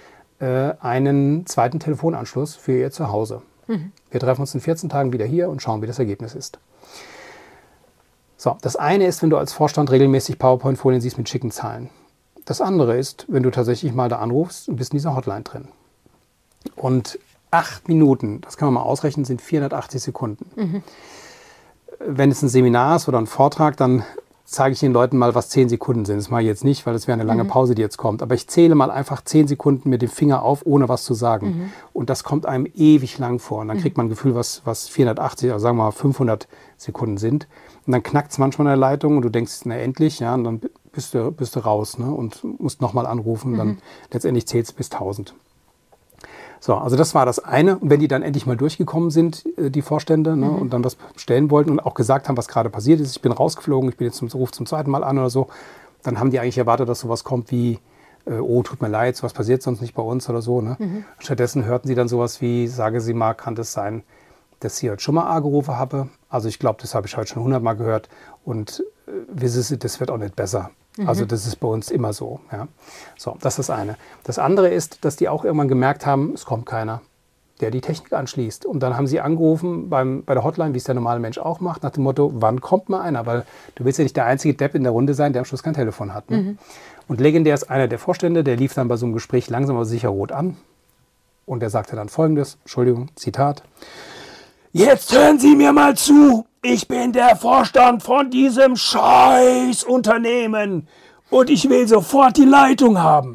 Speaker 2: einen zweiten Telefonanschluss für Ihr Zuhause. Wir treffen uns in 14 Tagen wieder hier und schauen, wie das Ergebnis ist. So, das eine ist, wenn du als Vorstand regelmäßig PowerPoint-Folien siehst mit schicken Zahlen. Das andere ist, wenn du tatsächlich mal da anrufst und bist in dieser Hotline drin. Und 8 Minuten, das kann man mal ausrechnen, sind 480 Sekunden. Wenn es ein Seminar ist oder ein Vortrag, dann zeige ich den Leuten mal, was 10 Sekunden sind. Das mache ich jetzt nicht, weil das wäre eine lange Pause, die jetzt kommt. Aber ich zähle mal einfach 10 Sekunden mit dem Finger auf, ohne was zu sagen. Und das kommt einem ewig lang vor. Und dann kriegt man ein Gefühl, was 480, also sagen wir mal 500 Sekunden sind. Und dann knackt es manchmal in der Leitung und du denkst, na endlich, ja, und dann bist du raus, ne, und musst nochmal anrufen. Dann letztendlich zählst du bis 1000. So, also das war das eine. Und wenn die dann endlich mal durchgekommen sind, die Vorstände, ne, und dann was stellen wollten und auch gesagt haben, was gerade passiert ist, ich bin rausgeflogen, ich bin jetzt Ruf zum zweiten Mal an oder so, dann haben die eigentlich erwartet, dass sowas kommt wie, oh, tut mir leid, sowas passiert sonst nicht bei uns oder so. Ne? Stattdessen hörten sie dann sowas wie, sage Sie mal, kann das sein, dass ich heute schon mal angerufen habe? Also ich glaube, das habe ich heute schon 100 Mal gehört und wissen Sie, das wird auch nicht besser. Also das ist bei uns immer so. Ja. So, das ist das eine. Das andere ist, dass die auch irgendwann gemerkt haben, es kommt keiner, der die Technik anschließt. Und dann haben sie angerufen bei der Hotline, wie es der normale Mensch auch macht, nach dem Motto, wann kommt mal einer? Weil du willst ja nicht der einzige Depp in der Runde sein, der am Schluss kein Telefon hat. Ne? Und legendär ist einer der Vorstände, der lief dann bei so einem Gespräch langsam aber sicher rot an. Und der sagte dann Folgendes, Entschuldigung, Zitat. Jetzt hören Sie mir mal zu. Ich bin der Vorstand von diesem Scheiß-Unternehmen und ich will sofort die Leitung haben.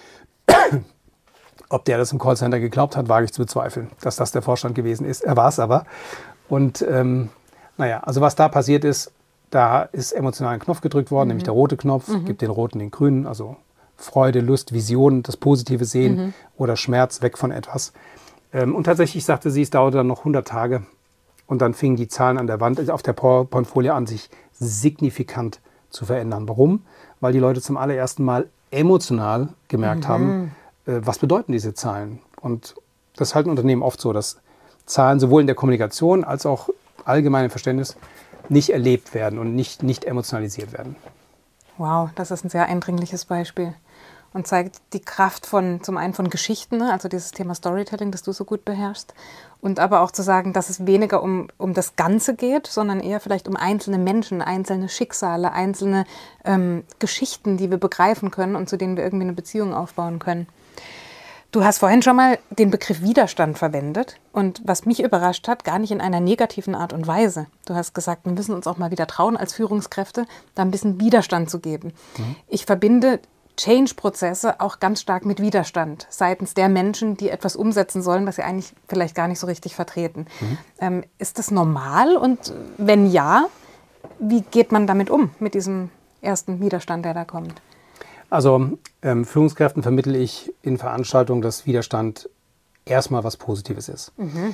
Speaker 2: Ob der das im Callcenter geglaubt hat, wage ich zu bezweifeln, dass das der Vorstand gewesen ist. Er war es aber. Und naja, also was da passiert ist, da ist emotional ein Knopf gedrückt worden, nämlich der rote Knopf, gibt den roten den grünen, also Freude, Lust, Vision, das Positive sehen oder Schmerz weg von etwas. Und tatsächlich sagte sie, es dauerte dann noch 100 Tage. Und dann fingen die Zahlen an der Wand, auf der PowerPoint-Folie an, sich signifikant zu verändern. Warum? Weil die Leute zum allerersten Mal emotional gemerkt haben, was bedeuten diese Zahlen. Und das ist halt in Unternehmen oft so, dass Zahlen sowohl in der Kommunikation als auch allgemein im Verständnis nicht erlebt werden und nicht emotionalisiert werden.
Speaker 1: Wow, das ist ein sehr eindringliches Beispiel. Und zeigt die Kraft zum einen von Geschichten, ne? Also dieses Thema Storytelling, das du so gut beherrschst. Und aber auch zu sagen, dass es weniger um das Ganze geht, sondern eher vielleicht um einzelne Menschen, einzelne Schicksale, einzelne Geschichten, die wir begreifen können und zu denen wir irgendwie eine Beziehung aufbauen können. Du hast vorhin schon mal den Begriff Widerstand verwendet. Und was mich überrascht hat, gar nicht in einer negativen Art und Weise. Du hast gesagt, wir müssen uns auch mal wieder trauen, als Führungskräfte da ein bisschen Widerstand zu geben. Ich verbinde Change-Prozesse auch ganz stark mit Widerstand seitens der Menschen, die etwas umsetzen sollen, was sie eigentlich vielleicht gar nicht so richtig vertreten. Ist das normal? Und wenn ja, wie geht man damit um, mit diesem ersten Widerstand, der da kommt?
Speaker 2: Also Führungskräften vermittle ich in Veranstaltungen, dass Widerstand erstmal was Positives ist.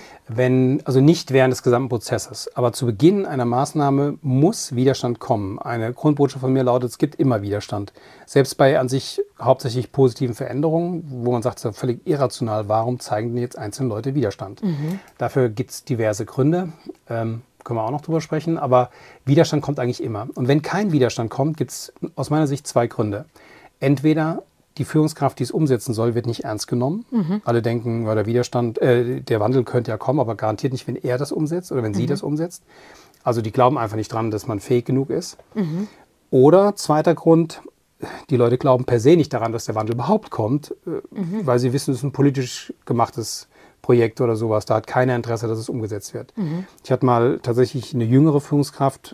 Speaker 2: Also nicht während des gesamten Prozesses, aber zu Beginn einer Maßnahme muss Widerstand kommen. Eine Grundbotschaft von mir lautet, es gibt immer Widerstand. Selbst bei an sich hauptsächlich positiven Veränderungen, wo man sagt, es ist ja völlig irrational, warum zeigen denn jetzt einzelne Leute Widerstand? Dafür gibt es diverse Gründe, können wir auch noch drüber sprechen, aber Widerstand kommt eigentlich immer. Und wenn kein Widerstand kommt, gibt es aus meiner Sicht 2 Gründe. Entweder die Führungskraft, die es umsetzen soll, wird nicht ernst genommen. Alle denken, der Widerstand, der Wandel könnte ja kommen, aber garantiert nicht, wenn er das umsetzt oder wenn sie das umsetzt. Also die glauben einfach nicht dran, dass man fähig genug ist. Oder zweiter Grund, die Leute glauben per se nicht daran, dass der Wandel überhaupt kommt, weil sie wissen, es ist ein politisch gemachtes Projekt oder sowas. Da hat keiner Interesse, dass es umgesetzt wird. Ich hatte mal tatsächlich eine jüngere Führungskraft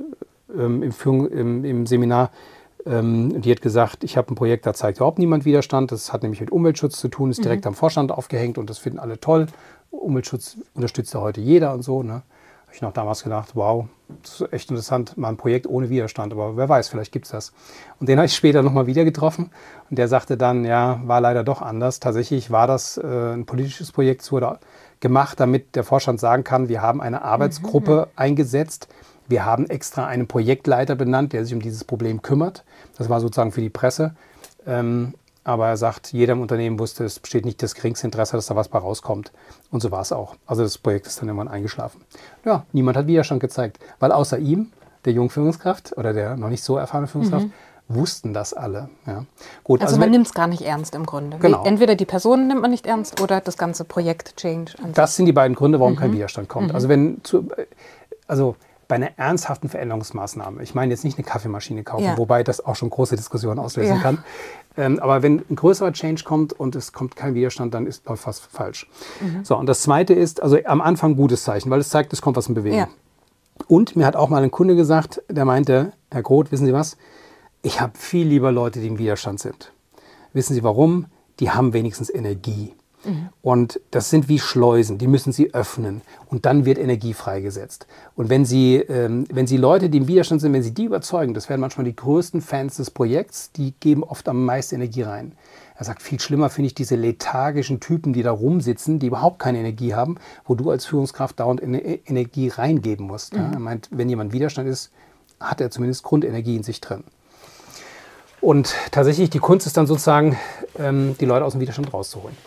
Speaker 2: im Seminar, die hat gesagt, ich habe ein Projekt, da zeigt überhaupt niemand Widerstand. Das hat nämlich mit Umweltschutz zu tun, ist direkt am Vorstand aufgehängt und das finden alle toll. Umweltschutz unterstützt ja heute jeder und so. Ne? Habe ich noch damals gedacht, wow, das ist echt interessant, mal ein Projekt ohne Widerstand. Aber wer weiß, vielleicht gibt es das. Und den habe ich später nochmal wieder getroffen und der sagte dann, ja, war leider doch anders. Tatsächlich war das ein politisches Projekt, es wurde gemacht, damit der Vorstand sagen kann, wir haben eine Arbeitsgruppe eingesetzt. Wir haben extra einen Projektleiter benannt, der sich um dieses Problem kümmert. Das war sozusagen für die Presse. Aber er sagt, jeder im Unternehmen wusste, es besteht nicht das geringste Interesse, dass da was bei rauskommt. Und so war es auch. Also das Projekt ist dann irgendwann eingeschlafen. Ja, niemand hat Widerstand gezeigt. Weil außer ihm, der jungen Führungskraft oder der noch nicht so erfahrene Führungskraft, wussten das alle. Ja. Gut,
Speaker 1: also man nimmt es gar nicht ernst im Grunde.
Speaker 2: Genau.
Speaker 1: Entweder die Person nimmt man nicht ernst oder das ganze Projekt Change.
Speaker 2: Das sind die beiden Gründe, warum kein Widerstand kommt. Also bei einer ernsthaften Veränderungsmaßnahme, ich meine jetzt nicht eine Kaffeemaschine kaufen,
Speaker 1: Ja.
Speaker 2: wobei das auch schon große Diskussionen auslösen kann, aber wenn ein größerer Change kommt und es kommt kein Widerstand, dann läuft was falsch. So, und das Zweite ist, also am Anfang gutes Zeichen, weil es zeigt, es kommt was in Bewegung.
Speaker 1: Ja.
Speaker 2: Und mir hat auch mal ein Kunde gesagt, der meinte, Herr Groth, wissen Sie was, ich habe viel lieber Leute, die im Widerstand sind. Wissen Sie warum? Die haben wenigstens Energie. Und das sind wie Schleusen, die müssen Sie öffnen und dann wird Energie freigesetzt. Und wenn Sie Leute, die im Widerstand sind, wenn Sie die überzeugen, das werden manchmal die größten Fans des Projekts, die geben oft am meisten Energie rein. Er sagt, viel schlimmer finde ich diese lethargischen Typen, die da rumsitzen, die überhaupt keine Energie haben, wo du als Führungskraft dauernd Energie reingeben musst. Ja? Er meint, wenn jemand Widerstand ist, hat er zumindest Grundenergie in sich drin. Und tatsächlich, die Kunst ist dann sozusagen, die Leute aus dem Widerstand rauszuholen.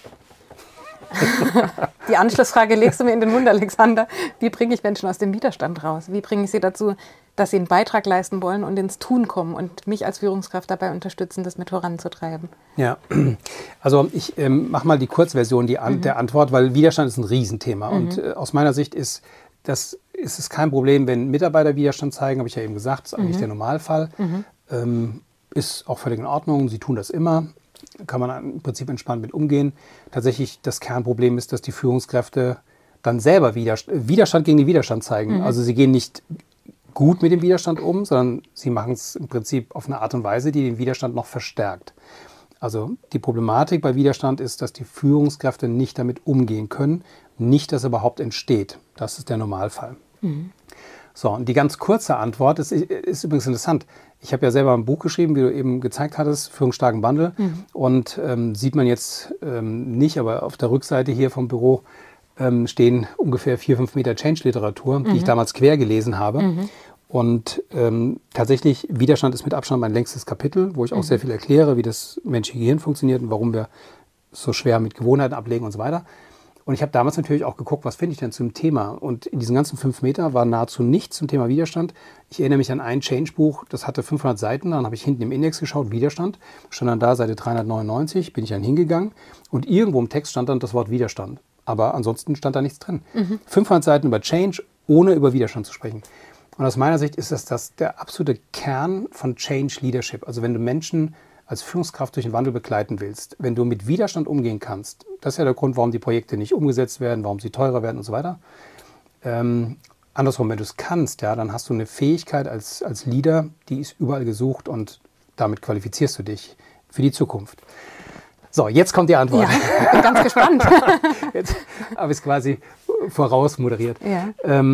Speaker 1: Die Anschlussfrage legst du mir in den Mund, Alexander. Wie bringe ich Menschen aus dem Widerstand raus? Wie bringe ich sie dazu, dass sie einen Beitrag leisten wollen und ins Tun kommen und mich als Führungskraft dabei unterstützen, das mit voranzutreiben?
Speaker 2: Ja, also ich mache mal die Kurzversion der Antwort, weil Widerstand ist ein Riesenthema. Und aus meiner Sicht ist es kein Problem, wenn Mitarbeiter Widerstand zeigen, habe ich ja eben gesagt, das ist eigentlich der Normalfall. Ist auch völlig in Ordnung, sie tun das immer. Kann man im Prinzip entspannt mit umgehen. Tatsächlich das Kernproblem ist, dass die Führungskräfte dann selber Widerstand gegen den Widerstand zeigen. Also sie gehen nicht gut mit dem Widerstand um, sondern sie machen es im Prinzip auf eine Art und Weise, die den Widerstand noch verstärkt. Also die Problematik bei Widerstand ist, dass die Führungskräfte nicht damit umgehen können, nicht, dass er überhaupt entsteht. Das ist der Normalfall. So, und die ganz kurze Antwort ist übrigens interessant. Ich habe ja selber ein Buch geschrieben, wie du eben gezeigt hattest, Führungsstarken Wandel. Und sieht man jetzt nicht, aber auf der Rückseite hier vom Büro stehen ungefähr 4-5 Meter Change-Literatur, die ich damals quer gelesen habe. Und tatsächlich, Widerstand ist mit Abstand mein längstes Kapitel, wo ich auch sehr viel erkläre, wie das menschliche Gehirn funktioniert und warum wir so schwer mit Gewohnheiten ablegen und so weiter. Und ich habe damals natürlich auch geguckt, was finde ich denn zum Thema. Und in diesen ganzen 5 Meter war nahezu nichts zum Thema Widerstand. Ich erinnere mich an ein Change-Buch, das hatte 500 Seiten. Dann habe ich hinten im Index geschaut, Widerstand. Stand dann da, Seite 399, bin ich dann hingegangen. Und irgendwo im Text stand dann das Wort Widerstand. Aber ansonsten stand da nichts drin. 500 Seiten über Change, ohne über Widerstand zu sprechen. Und aus meiner Sicht ist das der absolute Kern von Change Leadership. Also wenn du Menschen als Führungskraft durch den Wandel begleiten willst, wenn du mit Widerstand umgehen kannst, das ist ja der Grund, warum die Projekte nicht umgesetzt werden, warum sie teurer werden und so weiter. Andersrum, wenn du es kannst, ja, dann hast du eine Fähigkeit als Leader, die ist überall gesucht und damit qualifizierst du dich für die Zukunft. So, jetzt kommt die Antwort.
Speaker 1: Ja, ich bin ganz gespannt.
Speaker 2: Jetzt habe ich es quasi voraus moderiert.
Speaker 1: Ja.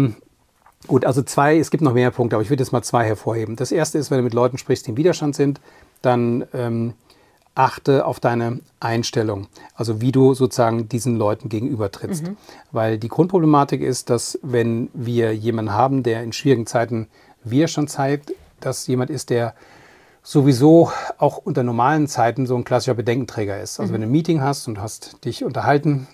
Speaker 2: Gut, also es gibt noch mehr Punkte, aber ich würde jetzt mal 2 hervorheben. Das erste ist, wenn du mit Leuten sprichst, die im Widerstand sind, dann achte auf deine Einstellung, also wie du sozusagen diesen Leuten gegenübertrittst. Weil die Grundproblematik ist, dass wenn wir jemanden haben, der in schwierigen Zeiten Widerstand zeigt, dass jemand ist, der sowieso auch unter normalen Zeiten so ein klassischer Bedenkenträger ist. Also wenn du ein Meeting hast und hast dich unterhalten,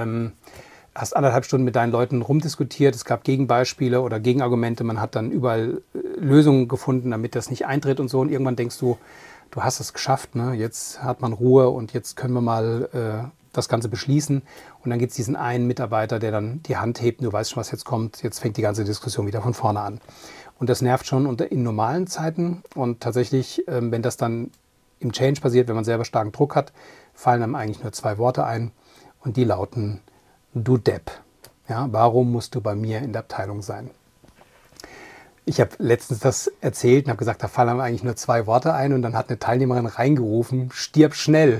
Speaker 2: hast 1,5 Stunden mit deinen Leuten rumdiskutiert, es gab Gegenbeispiele oder Gegenargumente, man hat dann überall Lösungen gefunden, damit das nicht eintritt und so. Und irgendwann denkst du, du hast es geschafft, ne? Jetzt hat man Ruhe und jetzt können wir mal das Ganze beschließen. Und dann gibt es diesen einen Mitarbeiter, der dann die Hand hebt, und du weißt schon, was jetzt kommt, jetzt fängt die ganze Diskussion wieder von vorne an. Und das nervt schon in normalen Zeiten. Und tatsächlich, wenn das dann im Change passiert, wenn man selber starken Druck hat, fallen einem eigentlich nur 2 Worte ein. Und die lauten, du Depp. Ja, warum musst du bei mir in der Abteilung sein? Ich habe letztens das erzählt und habe gesagt, da fallen einem eigentlich nur 2 Worte ein. Und dann hat eine Teilnehmerin reingerufen, stirb schnell.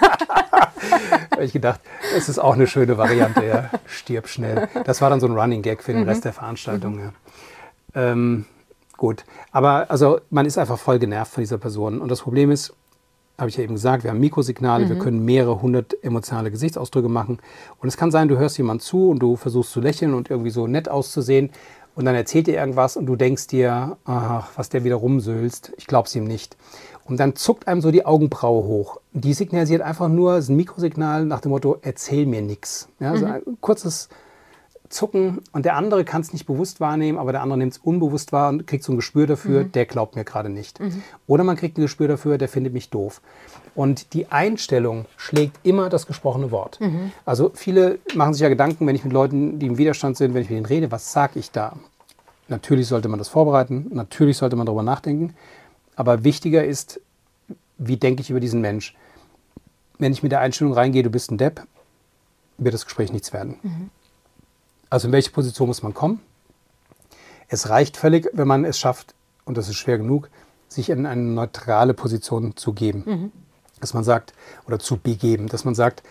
Speaker 2: Da habe ich gedacht, das ist auch eine schöne Variante, ja, stirb schnell. Das war dann so ein Running Gag für den Rest der Veranstaltung. Ja. Gut, aber also man ist einfach voll genervt von dieser Person. Und das Problem ist, habe ich ja eben gesagt, wir haben Mikrosignale, wir können mehrere 100 emotionale Gesichtsausdrücke machen. Und es kann sein, du hörst jemand zu und du versuchst zu lächeln und irgendwie so nett auszusehen. Und dann erzählt dir irgendwas und du denkst dir, ach, was der wieder rumsülzt, ich glaube es ihm nicht. Und dann zuckt einem so die Augenbraue hoch. Die signalisiert einfach nur, das ist ein Mikrosignal nach dem Motto, erzähl mir nichts. Ja, also ein kurzes Zucken und der andere kann es nicht bewusst wahrnehmen, aber der andere nimmt es unbewusst wahr und kriegt so ein Gespür dafür, der glaubt mir gerade nicht. Oder man kriegt ein Gespür dafür, der findet mich doof. Und die Einstellung schlägt immer das gesprochene Wort. Also viele machen sich ja Gedanken, wenn ich mit Leuten, die im Widerstand sind, wenn ich mit ihnen rede, was sage ich da? Natürlich sollte man das vorbereiten, natürlich sollte man darüber nachdenken. Aber wichtiger ist, wie denke ich über diesen Mensch. Wenn ich mit der Einstellung reingehe, du bist ein Depp, wird das Gespräch nichts werden. Also in welche Position muss man kommen? Es reicht völlig, wenn man es schafft, und das ist schwer genug, sich in eine neutrale Position zu geben. Dass man sagt, oder zu begeben, dass man sagt,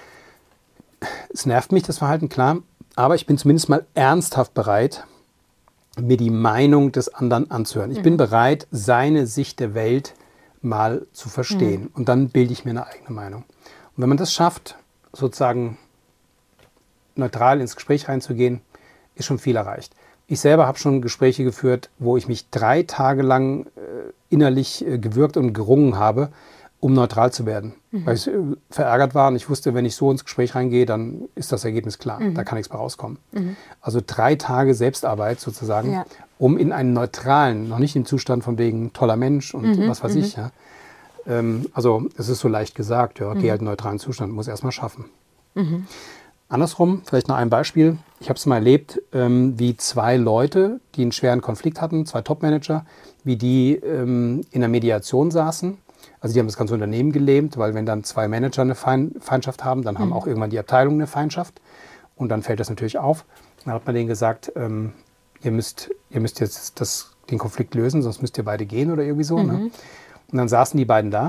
Speaker 2: es nervt mich, das Verhalten, klar, aber ich bin zumindest mal ernsthaft bereit, mir die Meinung des anderen anzuhören. Ich bin bereit, seine Sicht der Welt mal zu verstehen. Und dann bilde ich mir eine eigene Meinung. Und wenn man das schafft, sozusagen neutral ins Gespräch reinzugehen, ist schon viel erreicht. Ich selber habe schon Gespräche geführt, wo ich mich 3 Tage lang innerlich gewürgt und gerungen habe, um neutral zu werden. Weil ich verärgert war und ich wusste, wenn ich so ins Gespräch reingehe, dann ist das Ergebnis klar. Da kann nichts mehr rauskommen. Also 3 Tage Selbstarbeit sozusagen, um in einen neutralen, noch nicht im Zustand von wegen toller Mensch und was weiß ich. Ja. Also es ist so leicht gesagt, ja, geh halt in einen neutralen Zustand, muss erst mal schaffen. Andersrum, vielleicht noch ein Beispiel. Ich habe es mal erlebt, wie 2 Leute, die einen schweren Konflikt hatten, 2 Top-Manager, wie die in der Mediation saßen. Also die haben das ganze Unternehmen gelähmt, weil wenn dann 2 Manager eine Feindschaft haben, dann haben auch irgendwann die Abteilungen eine Feindschaft. Und dann fällt das natürlich auf. Dann hat man denen gesagt, ihr müsst jetzt den Konflikt lösen, sonst müsst ihr beide gehen oder irgendwie so. Ne? Und dann saßen die beiden da.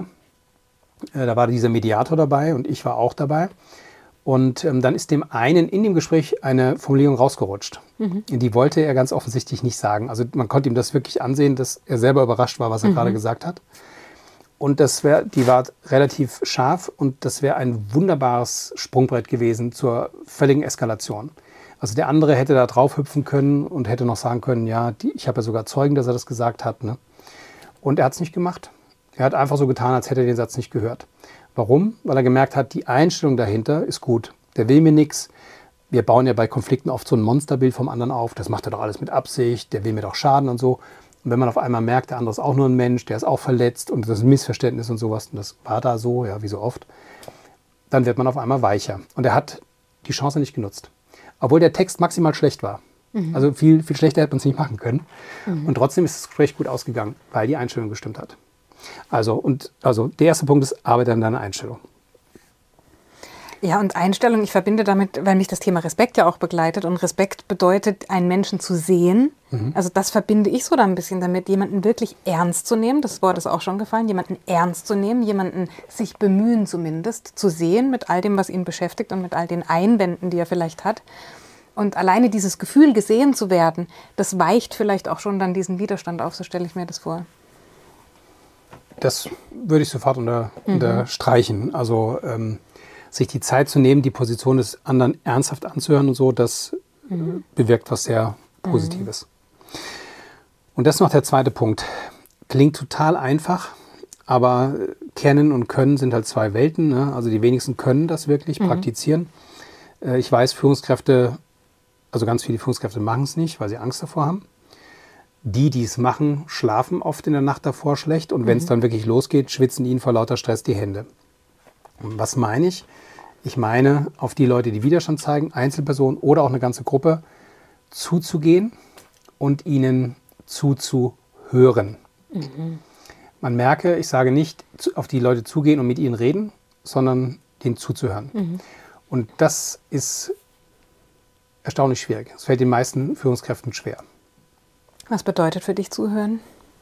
Speaker 2: Da war dieser Mediator dabei und ich war auch dabei. Und dann ist dem einen in dem Gespräch eine Formulierung rausgerutscht. Die wollte er ganz offensichtlich nicht sagen. Also man konnte ihm das wirklich ansehen, dass er selber überrascht war, was er gerade gesagt hat. Und die war relativ scharf und das wäre ein wunderbares Sprungbrett gewesen zur völligen Eskalation. Also der andere hätte da drauf hüpfen können und hätte noch sagen können, ja, ich habe ja sogar Zeugen, dass er das gesagt hat. Ne? Und er hat es nicht gemacht. Er hat einfach so getan, als hätte er den Satz nicht gehört. Warum? Weil er gemerkt hat, die Einstellung dahinter ist gut. Der will mir nichts. Wir bauen ja bei Konflikten oft so ein Monsterbild vom anderen auf. Das macht er doch alles mit Absicht. Der will mir doch schaden und so. Und wenn man auf einmal merkt, der andere ist auch nur ein Mensch, der ist auch verletzt und das ist ein Missverständnis und sowas, und das war da so, ja, wie so oft, dann wird man auf einmal weicher. Und er hat die Chance nicht genutzt. Obwohl der Text maximal schlecht war. Also viel, viel schlechter hätte man es nicht machen können. Und trotzdem ist das Gespräch gut ausgegangen, weil die Einstellung gestimmt hat. Also der erste Punkt ist, arbeite an deiner Einstellung.
Speaker 1: Ja, und Einstellung, ich verbinde damit, weil mich das Thema Respekt ja auch begleitet. Und Respekt bedeutet, einen Menschen zu sehen. Also das verbinde ich so da ein bisschen damit, jemanden wirklich ernst zu nehmen. Das Wort ist auch schon gefallen, jemanden ernst zu nehmen, jemanden sich bemühen zumindest, zu sehen mit all dem, was ihn beschäftigt und mit all den Einwänden, die er vielleicht hat. Und alleine dieses Gefühl, gesehen zu werden, das weicht vielleicht auch schon dann diesen Widerstand auf, so stelle ich mir das vor.
Speaker 2: Das würde ich sofort unterstreichen. Also sich die Zeit zu nehmen, die Position des anderen ernsthaft anzuhören und so, das bewirkt was sehr Positives. Und das ist noch der zweite Punkt. Klingt total einfach, aber Kennen und Können sind halt 2 Welten. Ne? Also die wenigsten können das wirklich praktizieren. Ich weiß, Führungskräfte, also ganz viele Führungskräfte machen es nicht, weil sie Angst davor haben. Die es machen, schlafen oft in der Nacht davor schlecht und wenn es dann wirklich losgeht, schwitzen ihnen vor lauter Stress die Hände. Und was meine ich? Ich meine, auf die Leute, die Widerstand zeigen, Einzelpersonen oder auch eine ganze Gruppe, zuzugehen und ihnen zuzuhören. Man merke, ich sage nicht, auf die Leute zugehen und mit ihnen reden, sondern denen zuzuhören. Und das ist erstaunlich schwierig. Es fällt den meisten Führungskräften schwer.
Speaker 1: Was bedeutet für dich zuhören?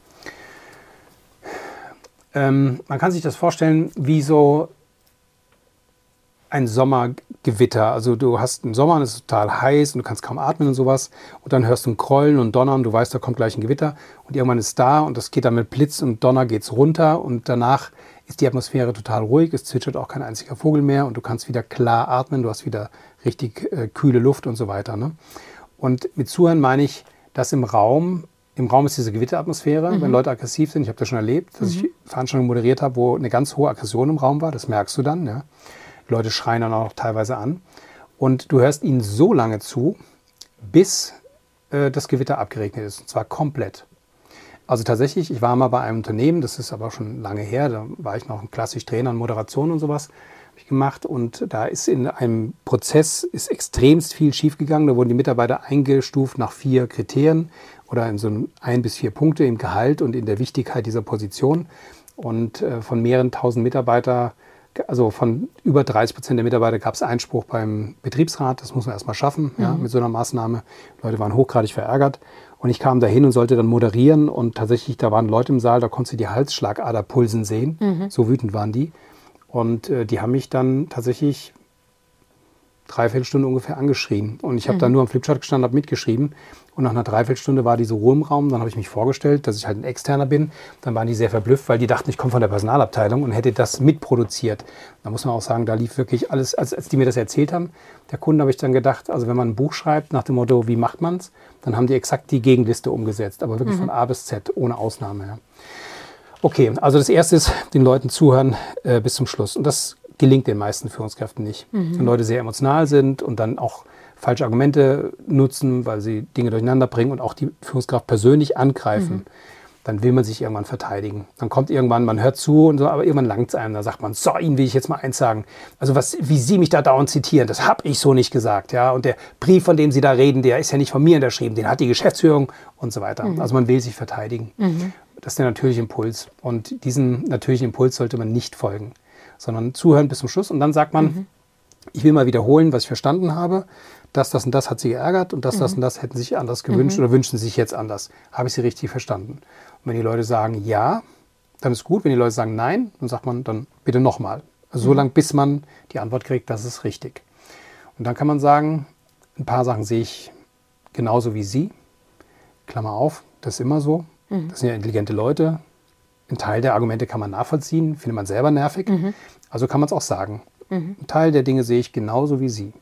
Speaker 2: Man kann sich das vorstellen wie so ein Sommergewitter. Also du hast einen Sommer und es ist total heiß und du kannst kaum atmen und sowas. Und dann hörst du ein Grollen und Donnern, du weißt, da kommt gleich ein Gewitter. Und irgendwann ist es da und das geht dann mit Blitz und Donner geht's runter. Und danach ist die Atmosphäre total ruhig. Es zwitschert auch kein einziger Vogel mehr und du kannst wieder klar atmen. Du hast wieder richtig kühle Luft und so weiter. Ne? Und mit Zuhören meine ich, dass im Raum ist diese Gewitteratmosphäre, wenn Leute aggressiv sind. Ich habe das schon erlebt, dass ich Veranstaltungen moderiert habe, wo eine ganz hohe Aggression im Raum war. Das merkst du dann. Ja. Die Leute schreien dann auch teilweise an. Und du hörst ihnen so lange zu, bis das Gewitter abgeregnet ist. Und zwar komplett. Also tatsächlich, ich war mal bei einem Unternehmen, das ist aber schon lange her, da war ich noch ein klassisch Trainer in Moderation und sowas. gemacht und da ist in einem Prozess ist extremst viel schiefgegangen. Da wurden die Mitarbeiter eingestuft nach 4 Kriterien oder in so 1 bis 4 Punkte im Gehalt und in der Wichtigkeit dieser Position. Und von mehreren tausend Mitarbeitern, also von über 30% der Mitarbeiter gab es Einspruch beim Betriebsrat. Das muss man erstmal schaffen, ja, mit so einer Maßnahme. Die Leute waren hochgradig verärgert. Und ich kam da hin und sollte dann moderieren und tatsächlich, da waren Leute im Saal, da konntest du die Halsschlagader pulsen sehen. So wütend waren die. Und die haben mich dann tatsächlich 3/4 Stunde ungefähr angeschrien. Und ich habe dann nur am Flipchart gestanden, habe mitgeschrieben. Und nach einer 3/4 Stunde war diese Ruhe im Raum. Dann habe ich mich vorgestellt, dass ich halt ein Externer bin. Dann waren die sehr verblüfft, weil die dachten, ich komme von der Personalabteilung und hätte das mitproduziert. Da muss man auch sagen, da lief wirklich alles, als die mir das erzählt haben. Der Kunde, habe ich dann gedacht, also wenn man ein Buch schreibt nach dem Motto, wie macht man es, dann haben die exakt die Gegenliste umgesetzt. Aber wirklich von A bis Z, ohne Ausnahme. Ja. Okay, also das Erste ist, den Leuten zuhören bis zum Schluss. Und das gelingt den meisten Führungskräften nicht. Wenn Leute sehr emotional sind und dann auch falsche Argumente nutzen, weil sie Dinge durcheinander bringen und auch die Führungskraft persönlich angreifen, dann will man sich irgendwann verteidigen. Dann kommt irgendwann, man hört zu, und so, aber irgendwann langt es einem. Da sagt man, so, Ihnen will ich jetzt mal eins sagen. Also wie Sie mich da dauernd zitieren, das habe ich so nicht gesagt. Ja? Und der Brief, von dem Sie da reden, der ist ja nicht von mir unterschrieben, den hat die Geschäftsführung und so weiter. Also man will sich verteidigen. Das ist der natürliche Impuls. Und diesem natürlichen Impuls sollte man nicht folgen, sondern zuhören bis zum Schluss. Und dann sagt man, ich will mal wiederholen, was ich verstanden habe. Das und das hat Sie geärgert und das und das hätten Sie sich anders gewünscht oder wünschen Sie sich jetzt anders. Habe ich Sie richtig verstanden? Und wenn die Leute sagen ja, dann ist gut. Wenn die Leute sagen nein, dann sagt man dann bitte nochmal. Also so lange, bis man die Antwort kriegt, das ist richtig. Und dann kann man sagen, ein paar Sachen sehe ich genauso wie Sie. Klammer auf, das ist immer so. Das sind ja intelligente Leute. Ein Teil der Argumente kann man nachvollziehen, findet man selber nervig. Also kann man es auch sagen. Ein Teil der Dinge sehe ich genauso wie Sie.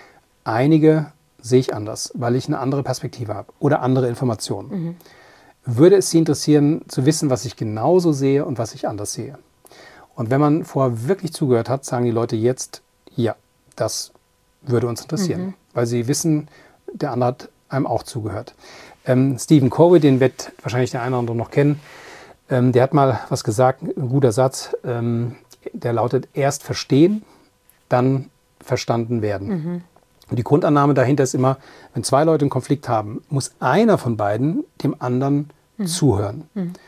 Speaker 2: Einige sehe ich anders, weil ich eine andere Perspektive habe oder andere Informationen. Würde es Sie interessieren, zu wissen, was ich genauso sehe und was ich anders sehe? Und wenn man vorher wirklich zugehört hat, sagen die Leute jetzt, ja, das würde uns interessieren. Weil sie wissen, der andere hat einem auch zugehört. Stephen Covey, den wird wahrscheinlich der eine oder andere noch kennen, der hat mal was gesagt, ein guter Satz, der lautet, erst verstehen, dann verstanden werden. Und die Grundannahme dahinter ist immer, wenn 2 Leute einen Konflikt haben, muss einer von beiden dem anderen zuhören.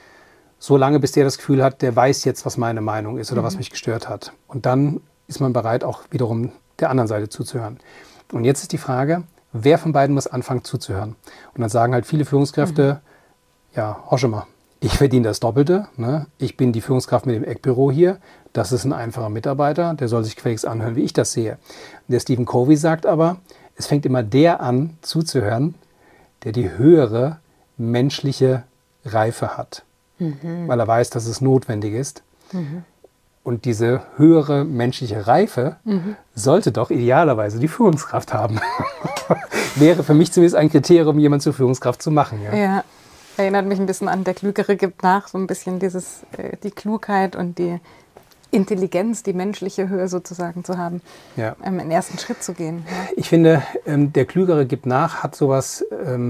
Speaker 2: So lange, bis der das Gefühl hat, der weiß jetzt, was meine Meinung ist oder was mich gestört hat. Und dann ist man bereit, auch wiederum der anderen Seite zuzuhören. Und jetzt ist die Frage, wer von beiden muss anfangen zuzuhören? Und dann sagen halt viele Führungskräfte, ja, hosche mal, ich verdiene das Doppelte, ne? Ich bin die Führungskraft mit dem Eckbüro hier, das ist ein einfacher Mitarbeiter, der soll sich gefälligst anhören, wie ich das sehe. Und der Stephen Covey sagt aber, es fängt immer der an zuzuhören, der die höhere menschliche Reife hat, weil er weiß, dass es notwendig ist. Und diese höhere menschliche Reife sollte doch idealerweise die Führungskraft haben. Wäre für mich zumindest ein Kriterium, jemanden zur Führungskraft zu machen.
Speaker 1: Ja, erinnert mich ein bisschen an, der Klügere gibt nach, so ein bisschen die Klugheit und die Intelligenz, die menschliche Höhe sozusagen zu haben, einen ersten Schritt zu gehen. Ja.
Speaker 2: Ich finde, der Klügere gibt nach, hat sowas,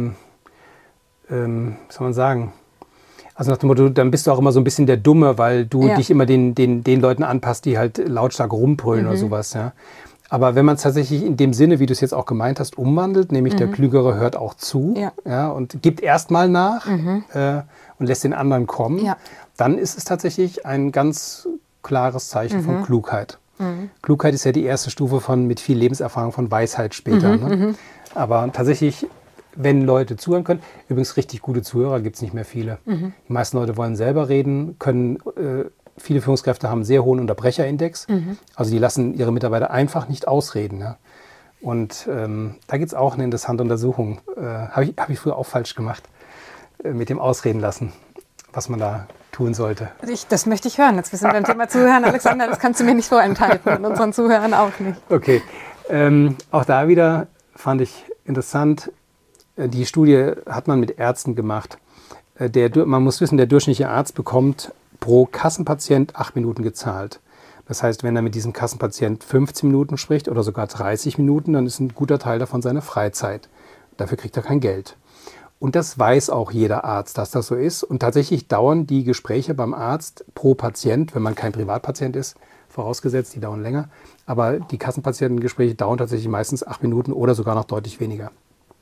Speaker 2: wie soll man sagen, also nach dem Motto, dann bist du auch immer so ein bisschen der Dumme, weil du dich immer den Leuten anpasst, die halt lautstark rumbrüllen oder sowas. Ja. Aber wenn man es tatsächlich in dem Sinne, wie du es jetzt auch gemeint hast, umwandelt, nämlich der Klügere hört auch zu und gibt erstmal nach und lässt den anderen kommen, dann ist es tatsächlich ein ganz klares Zeichen von Klugheit. Klugheit ist ja die erste Stufe von mit viel Lebenserfahrung von Weisheit später. Ne? Aber tatsächlich, wenn Leute zuhören können, übrigens richtig gute Zuhörer gibt es nicht mehr viele. Die meisten Leute wollen selber reden, viele Führungskräfte haben einen sehr hohen Unterbrecherindex. Also die lassen ihre Mitarbeiter einfach nicht ausreden. Ja? Und da gibt es auch eine interessante Untersuchung. Hab ich früher auch falsch gemacht, mit dem Ausreden lassen, was man da tun sollte.
Speaker 1: Das möchte ich hören. Jetzt wir sind beim Thema Zuhören, Alexander, das kannst du mir nicht vorenthalten und unseren Zuhörern auch nicht.
Speaker 2: Okay, auch da wieder fand ich interessant, die Studie hat man mit Ärzten gemacht. Man muss wissen, der durchschnittliche Arzt bekommt pro Kassenpatient 8 Minuten gezahlt. Das heißt, wenn er mit diesem Kassenpatient 15 Minuten spricht oder sogar 30 Minuten, dann ist ein guter Teil davon seine Freizeit. Dafür kriegt er kein Geld. Und das weiß auch jeder Arzt, dass das so ist. Und tatsächlich dauern die Gespräche beim Arzt pro Patient, wenn man kein Privatpatient ist, vorausgesetzt, die dauern länger. Aber die Kassenpatientengespräche dauern tatsächlich meistens 8 Minuten oder sogar noch deutlich weniger.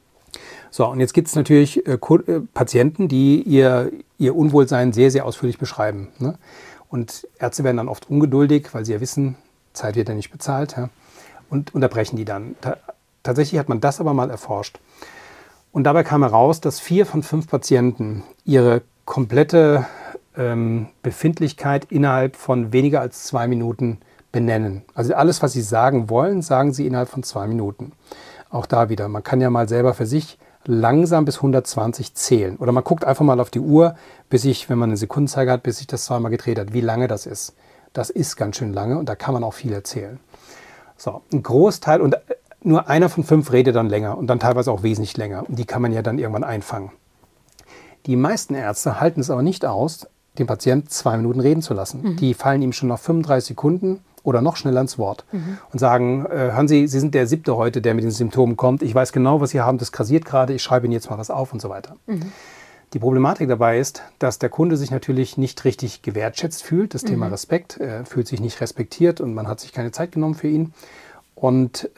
Speaker 2: So, und jetzt gibt es natürlich Patienten, die ihr Unwohlsein sehr, sehr ausführlich beschreiben. Ne? Und Ärzte werden dann oft ungeduldig, weil sie ja wissen, Zeit wird ja nicht bezahlt, ja? Und unterbrechen die dann. Tatsächlich hat man das aber mal erforscht. Und dabei kam heraus, dass 4 von 5 Patienten ihre komplette Befindlichkeit innerhalb von weniger als 2 Minuten benennen. Also alles, was sie sagen wollen, sagen sie innerhalb von 2 Minuten. Auch da wieder, man kann ja mal selber für sich langsam bis 120 zählen. Oder man guckt einfach mal auf die Uhr, bis sich, wenn man einen Sekundenzeiger hat, bis sich das zweimal gedreht hat, wie lange das ist. Das ist ganz schön lange und da kann man auch viel erzählen. So, ein Großteil, und nur einer von 5 redet dann länger und dann teilweise auch wesentlich länger. Und die kann man ja dann irgendwann einfangen. Die meisten Ärzte halten es aber nicht aus, den Patienten 2 Minuten reden zu lassen. Die fallen ihm schon nach 35 Sekunden oder noch schneller ins Wort und sagen, hören Sie, Sie sind der 7. heute, der mit den Symptomen kommt. Ich weiß genau, was Sie haben, das grassiert gerade, ich schreibe Ihnen jetzt mal was auf und so weiter. Die Problematik dabei ist, dass der Kunde sich natürlich nicht richtig gewertschätzt fühlt, das Thema Respekt, fühlt sich nicht respektiert und man hat sich keine Zeit genommen für ihn und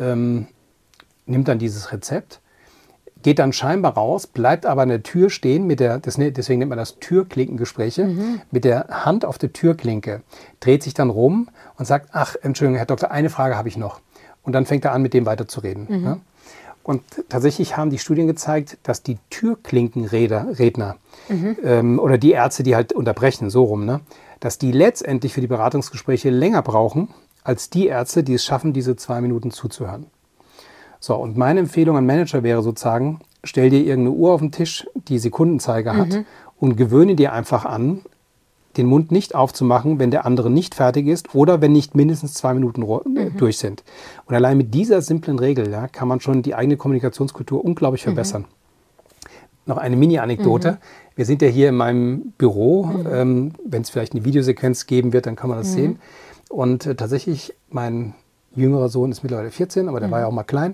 Speaker 2: nimmt dann dieses Rezept, geht dann scheinbar raus, bleibt aber an der Tür stehen, deswegen nennt man das Türklinkengespräche, mit der Hand auf der Türklinke, dreht sich dann rum und sagt, ach, Entschuldigung, Herr Doktor, eine Frage habe ich noch. Und dann fängt er an, mit dem weiterzureden. Ja? Und tatsächlich haben die Studien gezeigt, dass die Türklinkenredner oder die Ärzte, die halt unterbrechen, so rum, ne, dass die letztendlich für die Beratungsgespräche länger brauchen, als die Ärzte, die es schaffen, diese 2 Minuten zuzuhören. So, und meine Empfehlung an Manager wäre sozusagen, stell dir irgendeine Uhr auf den Tisch, die Sekundenzeiger hat und gewöhne dir einfach an, den Mund nicht aufzumachen, wenn der andere nicht fertig ist oder wenn nicht mindestens 2 Minuten durch sind. Und allein mit dieser simplen Regel kann man schon die eigene Kommunikationskultur unglaublich verbessern. Noch eine Mini-Anekdote. Wir sind ja hier in meinem Büro. Wenn es vielleicht eine Videosequenz geben wird, dann kann man das sehen. Und tatsächlich, mein jüngerer Sohn ist mittlerweile 14, aber der war ja auch mal klein.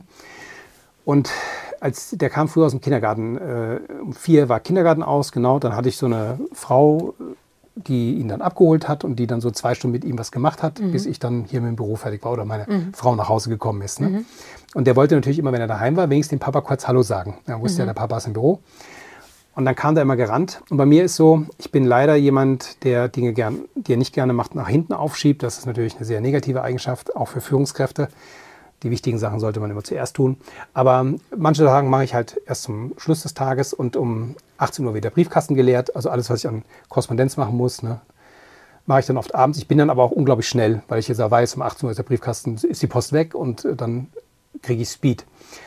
Speaker 2: Und der kam früher aus dem Kindergarten. Um 4 war Kindergarten aus, genau. Dann hatte ich so eine Frau, die ihn dann abgeholt hat und die dann so 2 Stunden mit ihm was gemacht hat, bis ich dann hier mit dem Büro fertig war oder meine Frau nach Hause gekommen ist. Ne? Und der wollte natürlich immer, wenn er daheim war, wenigstens dem Papa kurz Hallo sagen. Er wusste ja, der Papa ist im Büro. Und dann kam der immer gerannt. Und bei mir ist so, ich bin leider jemand, der Dinge die er nicht gerne macht, nach hinten aufschiebt. Das ist natürlich eine sehr negative Eigenschaft, auch für Führungskräfte. Die wichtigen Sachen sollte man immer zuerst tun. Aber manche Tage mache ich halt erst zum Schluss des Tages und um 18 Uhr wird der Briefkasten geleert. Also alles, was ich an Korrespondenz machen muss, ne, mache ich dann oft abends. Ich bin dann aber auch unglaublich schnell, weil ich jetzt auch weiß, um 18 Uhr ist der Briefkasten, ist die Post weg und dann kriege ich Speed.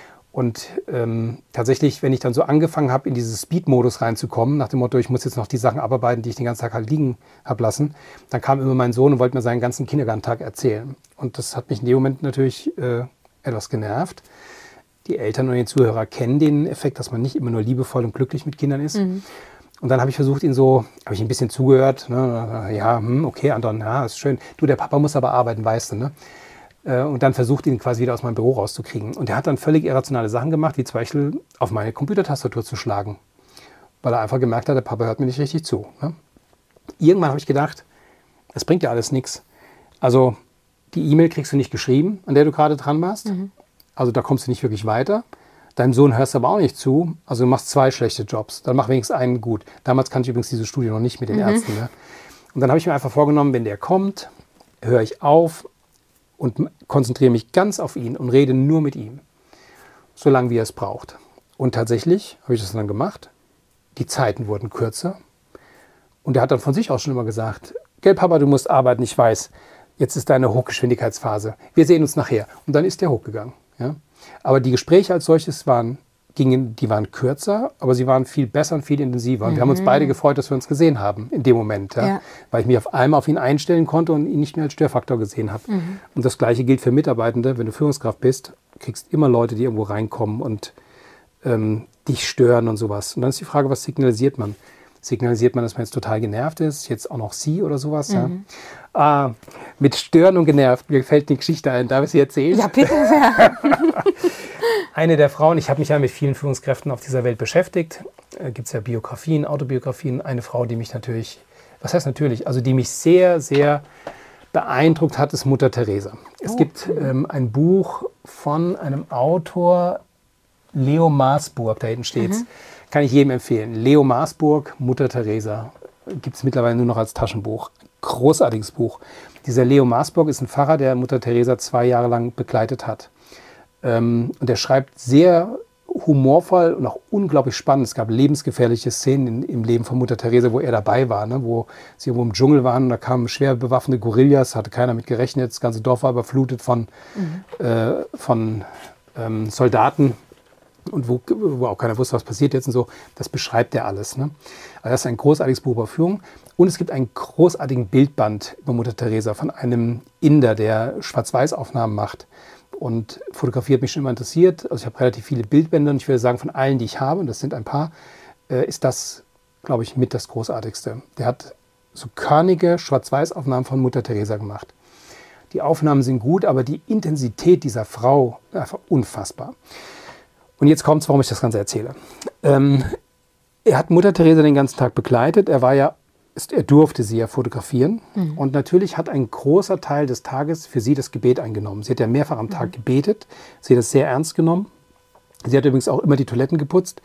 Speaker 2: Und tatsächlich, wenn ich dann so angefangen habe, in dieses Speed-Modus reinzukommen, nach dem Motto, ich muss jetzt noch die Sachen abarbeiten, die ich den ganzen Tag halt liegen habe lassen, dann kam immer mein Sohn und wollte mir seinen ganzen Kindergartentag erzählen. Und das hat mich in dem Moment natürlich etwas genervt. Die Eltern und die Zuhörer kennen den Effekt, dass man nicht immer nur liebevoll und glücklich mit Kindern ist. Und dann habe ich versucht, habe ich ein bisschen zugehört. Ne? Ja, okay, Anton, ja, ist schön. Du, der Papa muss aber arbeiten, weißt du, ne? Und dann versucht, ihn quasi wieder aus meinem Büro rauszukriegen. Und er hat dann völlig irrationale Sachen gemacht, wie zum Beispiel auf meine Computertastatur zu schlagen. Weil er einfach gemerkt hat, der Papa hört mir nicht richtig zu. Ne? Irgendwann habe ich gedacht, das bringt ja alles nichts. Also die E-Mail kriegst du nicht geschrieben, an der du gerade dran warst. Also da kommst du nicht wirklich weiter. Deinem Sohn hörst du aber auch nicht zu. Also du machst 2 schlechte Jobs. Dann mach wenigstens einen gut. Damals kannte ich übrigens diese Studie noch nicht mit den Ärzten. Ne? Und dann habe ich mir einfach vorgenommen, wenn der kommt, höre ich auf und konzentriere mich ganz auf ihn und rede nur mit ihm, so lange wie er es braucht. Und tatsächlich habe ich das dann gemacht. Die Zeiten wurden kürzer. Und er hat dann von sich aus schon immer gesagt, gell Papa, du musst arbeiten, ich weiß, jetzt ist deine Hochgeschwindigkeitsphase. Wir sehen uns nachher. Und dann ist der hochgegangen. Ja? Aber die Gespräche als solches waren kürzer, aber sie waren viel besser und viel intensiver. Und wir haben uns beide gefreut, dass wir uns gesehen haben in dem Moment. Ja? Weil ich mich auf einmal auf ihn einstellen konnte und ihn nicht mehr als Störfaktor gesehen habe. Und das Gleiche gilt für Mitarbeitende. Wenn du Führungskraft bist, kriegst immer Leute, die irgendwo reinkommen und dich stören und sowas. Und dann ist die Frage, was signalisiert man? Signalisiert man, dass man jetzt total genervt ist? Jetzt auch noch sie oder sowas? Ja? Mit Stören und genervt, mir fällt eine Geschichte ein. Darf ich sie erzählen?
Speaker 1: Ja, bitte.
Speaker 2: Eine der Frauen, ich habe mich ja mit vielen Führungskräften auf dieser Welt beschäftigt. gibt es ja Biografien, Autobiografien. Eine Frau, die mich natürlich, was heißt natürlich, also die mich sehr, sehr beeindruckt hat, ist Mutter Teresa. Es gibt ein Buch von einem Autor, Leo Maasburg, da hinten steht's. Kann ich jedem empfehlen. Leo Maasburg, Mutter Teresa. Gibt es mittlerweile nur noch als Taschenbuch. Großartiges Buch. Dieser Leo Maasburg ist ein Pfarrer, der Mutter Teresa 2 Jahre lang begleitet hat. Und er schreibt sehr humorvoll und auch unglaublich spannend. Es gab lebensgefährliche Szenen im Leben von Mutter Teresa, wo er dabei war, ne? Wo sie irgendwo im Dschungel waren und da kamen schwer bewaffnete Gorillas, hatte keiner mit gerechnet. Das ganze Dorf war überflutet von Soldaten und wo auch keiner wusste, was passiert jetzt und so. Das beschreibt er alles. Ne? Also das ist ein großartiges Buch über Führung. Und es gibt einen großartigen Bildband über Mutter Teresa von einem Inder, der Schwarz-Weiß-Aufnahmen macht. Und fotografiert mich schon immer interessiert. Also ich habe relativ viele Bildbände und ich würde sagen, von allen, die ich habe, und das sind ein paar, ist das, glaube ich, mit das Großartigste. Der hat so körnige Schwarz-Weiß-Aufnahmen von Mutter Teresa gemacht. Die Aufnahmen sind gut, aber die Intensität dieser Frau einfach unfassbar. Und jetzt kommt es, warum ich das Ganze erzähle. Er hat Mutter Teresa den ganzen Tag begleitet. Er durfte sie ja fotografieren. Und natürlich hat ein großer Teil des Tages für sie das Gebet eingenommen. Sie hat ja mehrfach am Tag gebetet. Sie hat das sehr ernst genommen. Sie hat übrigens auch immer die Toiletten geputzt.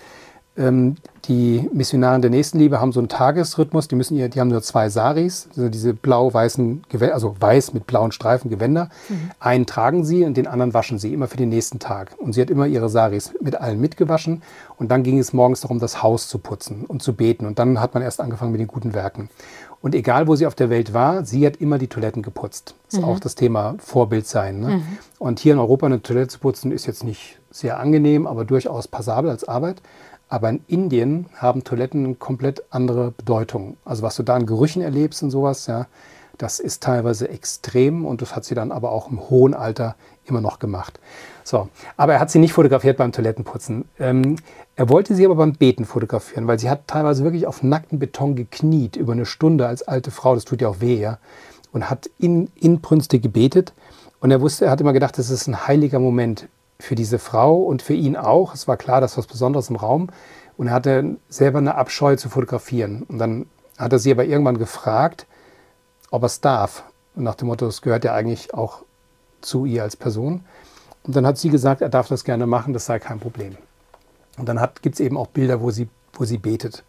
Speaker 2: Die Missionare der Nächstenliebe haben so einen Tagesrhythmus. Die haben nur 2 Saris, also diese blau-weißen, also weiß mit blauen Streifen Gewänder. Einen tragen sie und den anderen waschen sie, immer für den nächsten Tag. Und sie hat immer ihre Saris mit allen mitgewaschen. Und dann ging es morgens darum, das Haus zu putzen und zu beten. Und dann hat man erst angefangen mit den guten Werken. Und egal, wo sie auf der Welt war, sie hat immer die Toiletten geputzt. Das ist auch das Thema Vorbild sein. Ne? Und hier in Europa eine Toilette zu putzen, ist jetzt nicht sehr angenehm, aber durchaus passabel als Arbeit. Aber in Indien haben Toiletten eine komplett andere Bedeutung. Also was du da an Gerüchen erlebst und sowas, ja, das ist teilweise extrem und das hat sie dann aber auch im hohen Alter immer noch gemacht. So, aber er hat sie nicht fotografiert beim Toilettenputzen. Er wollte sie aber beim Beten fotografieren, weil sie hat teilweise wirklich auf nacktem Beton gekniet über eine Stunde als alte Frau, das tut ja auch weh, ja, und hat inbrünstig gebetet. Und er hat immer gedacht, das ist ein heiliger Moment für diese Frau und für ihn auch. Es war klar, das ist was Besonderes im Raum. Und er hatte selber eine Abscheu zu fotografieren. Und dann hat er sie aber irgendwann gefragt, ob er es darf. Und nach dem Motto, es gehört ja eigentlich auch zu ihr als Person. Und dann hat sie gesagt, er darf das gerne machen, das sei kein Problem. Und dann gibt es eben auch Bilder, wo sie betet.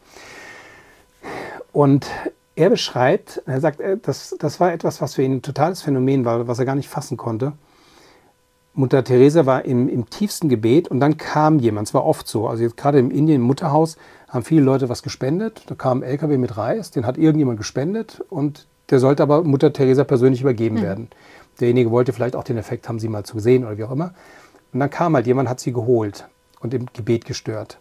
Speaker 2: Und er beschreibt, er sagt, das war etwas, was für ihn ein totales Phänomen war, was er gar nicht fassen konnte. Mutter Teresa war im tiefsten Gebet und dann kam jemand, es war oft so, also jetzt gerade im Indien, im Mutterhaus, haben viele Leute was gespendet, da kam ein LKW mit Reis, den hat irgendjemand gespendet und der sollte aber Mutter Teresa persönlich übergeben werden. Derjenige wollte vielleicht auch den Effekt haben, sie mal zu sehen oder wie auch immer. Und dann kam halt jemand, hat sie geholt und im Gebet gestört.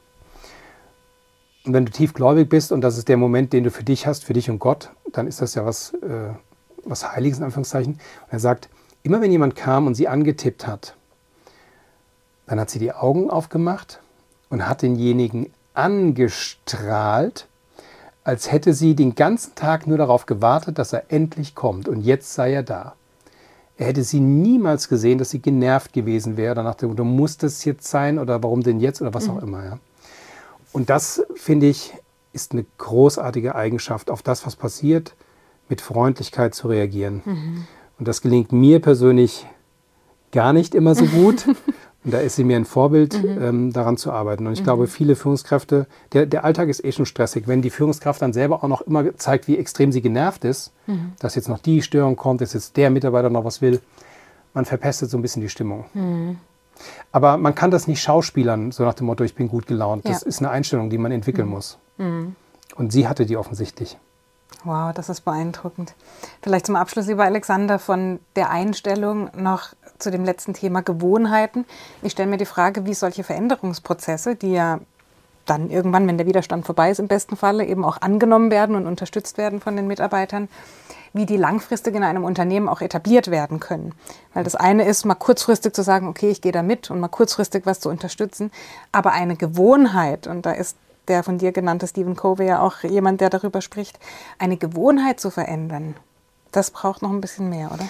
Speaker 2: Und wenn du tiefgläubig bist und das ist der Moment, den du für dich hast, für dich und Gott, dann ist das ja was Heiliges in Anführungszeichen. Und er sagt, immer wenn jemand kam und sie angetippt hat, dann hat sie die Augen aufgemacht und hat denjenigen angestrahlt, als hätte sie den ganzen Tag nur darauf gewartet, dass er endlich kommt und jetzt sei er da. Er hätte sie niemals gesehen, dass sie genervt gewesen wäre oder nach dem Motto, muss das jetzt sein oder warum denn jetzt oder was auch immer. Ja. Und das, finde ich, ist eine großartige Eigenschaft, auf das, was passiert, mit Freundlichkeit zu reagieren. Und das gelingt mir persönlich gar nicht immer so gut. Und da ist sie mir ein Vorbild, daran zu arbeiten. Und ich glaube, viele Führungskräfte, der Alltag ist eh schon stressig. Wenn die Führungskraft dann selber auch noch immer zeigt, wie extrem sie genervt ist, dass jetzt noch die Störung kommt, dass jetzt der Mitarbeiter noch was will, man verpestet so ein bisschen die Stimmung. Aber man kann das nicht schauspielern, so nach dem Motto, ich bin gut gelaunt. Das ist eine Einstellung, die man entwickeln muss. Und sie hatte die offensichtlich.
Speaker 1: Wow, das ist beeindruckend. Vielleicht zum Abschluss, lieber Alexander, von der Einstellung noch zu dem letzten Thema Gewohnheiten. Ich stelle mir die Frage, wie solche Veränderungsprozesse, die ja dann irgendwann, wenn der Widerstand vorbei ist, im besten Falle eben auch angenommen werden und unterstützt werden von den Mitarbeitern, wie die langfristig in einem Unternehmen auch etabliert werden können. Weil das eine ist, mal kurzfristig zu sagen, okay, ich gehe da mit und mal kurzfristig was zu unterstützen. Aber eine Gewohnheit, und da ist der von dir genannte Stephen Covey ja auch jemand, der darüber spricht, eine Gewohnheit zu verändern, das braucht noch ein bisschen mehr, oder?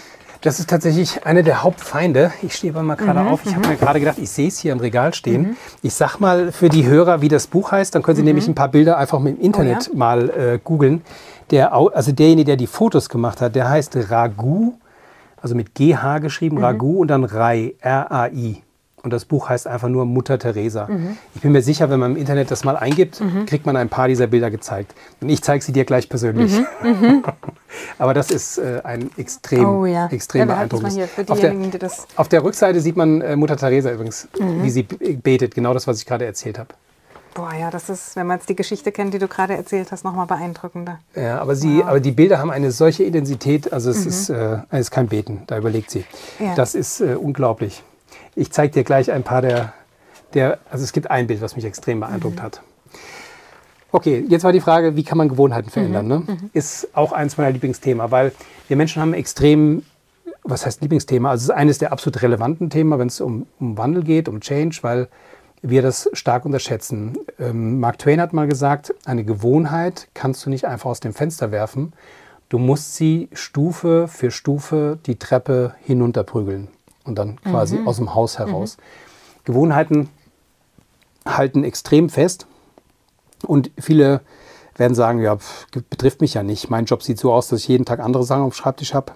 Speaker 2: Das ist tatsächlich einer der Hauptfeinde. Ich stehe aber mal gerade auf. Ich habe mir gerade gedacht, ich sehe es hier im Regal stehen. Ich sag mal für die Hörer, wie das Buch heißt. Dann können Sie nämlich ein paar Bilder einfach mit dem Internet mal googeln. Derjenige, der die Fotos gemacht hat, der heißt Raghu, also mit GH geschrieben, Raghu und dann Rai, R-A-I. Und das Buch heißt einfach nur Mutter Teresa. Ich bin mir sicher, wenn man im Internet das mal eingibt, kriegt man ein paar dieser Bilder gezeigt. Und ich zeige sie dir gleich persönlich. Aber das ist ein extrem beeindruckendes. Auf der Rückseite sieht man Mutter Teresa übrigens, wie sie betet. Genau das, was ich gerade erzählt habe.
Speaker 1: Boah, ja, das ist, wenn man jetzt die Geschichte kennt, die du gerade erzählt hast, nochmal beeindruckender.
Speaker 2: Ja, aber die Bilder haben eine solche Intensität, also es ist kein Beten, da überlegt sie. Ja. Das ist unglaublich. Ich zeige dir gleich ein paar also es gibt ein Bild, was mich extrem beeindruckt hat. Okay, jetzt war die Frage, wie kann man Gewohnheiten verändern? Ne? Ist auch eins meiner Lieblingsthemen, weil wir Menschen haben was heißt Lieblingsthema? Also es ist eines der absolut relevanten Themen, wenn es um Wandel geht, um Change, weil wir das stark unterschätzen. Mark Twain hat mal gesagt, eine Gewohnheit kannst du nicht einfach aus dem Fenster werfen. Du musst sie Stufe für Stufe die Treppe hinunterprügeln. Und dann quasi aus dem Haus heraus. Gewohnheiten halten extrem fest. Und viele werden sagen, ja, betrifft mich ja nicht. Mein Job sieht so aus, dass ich jeden Tag andere Sachen auf dem Schreibtisch habe.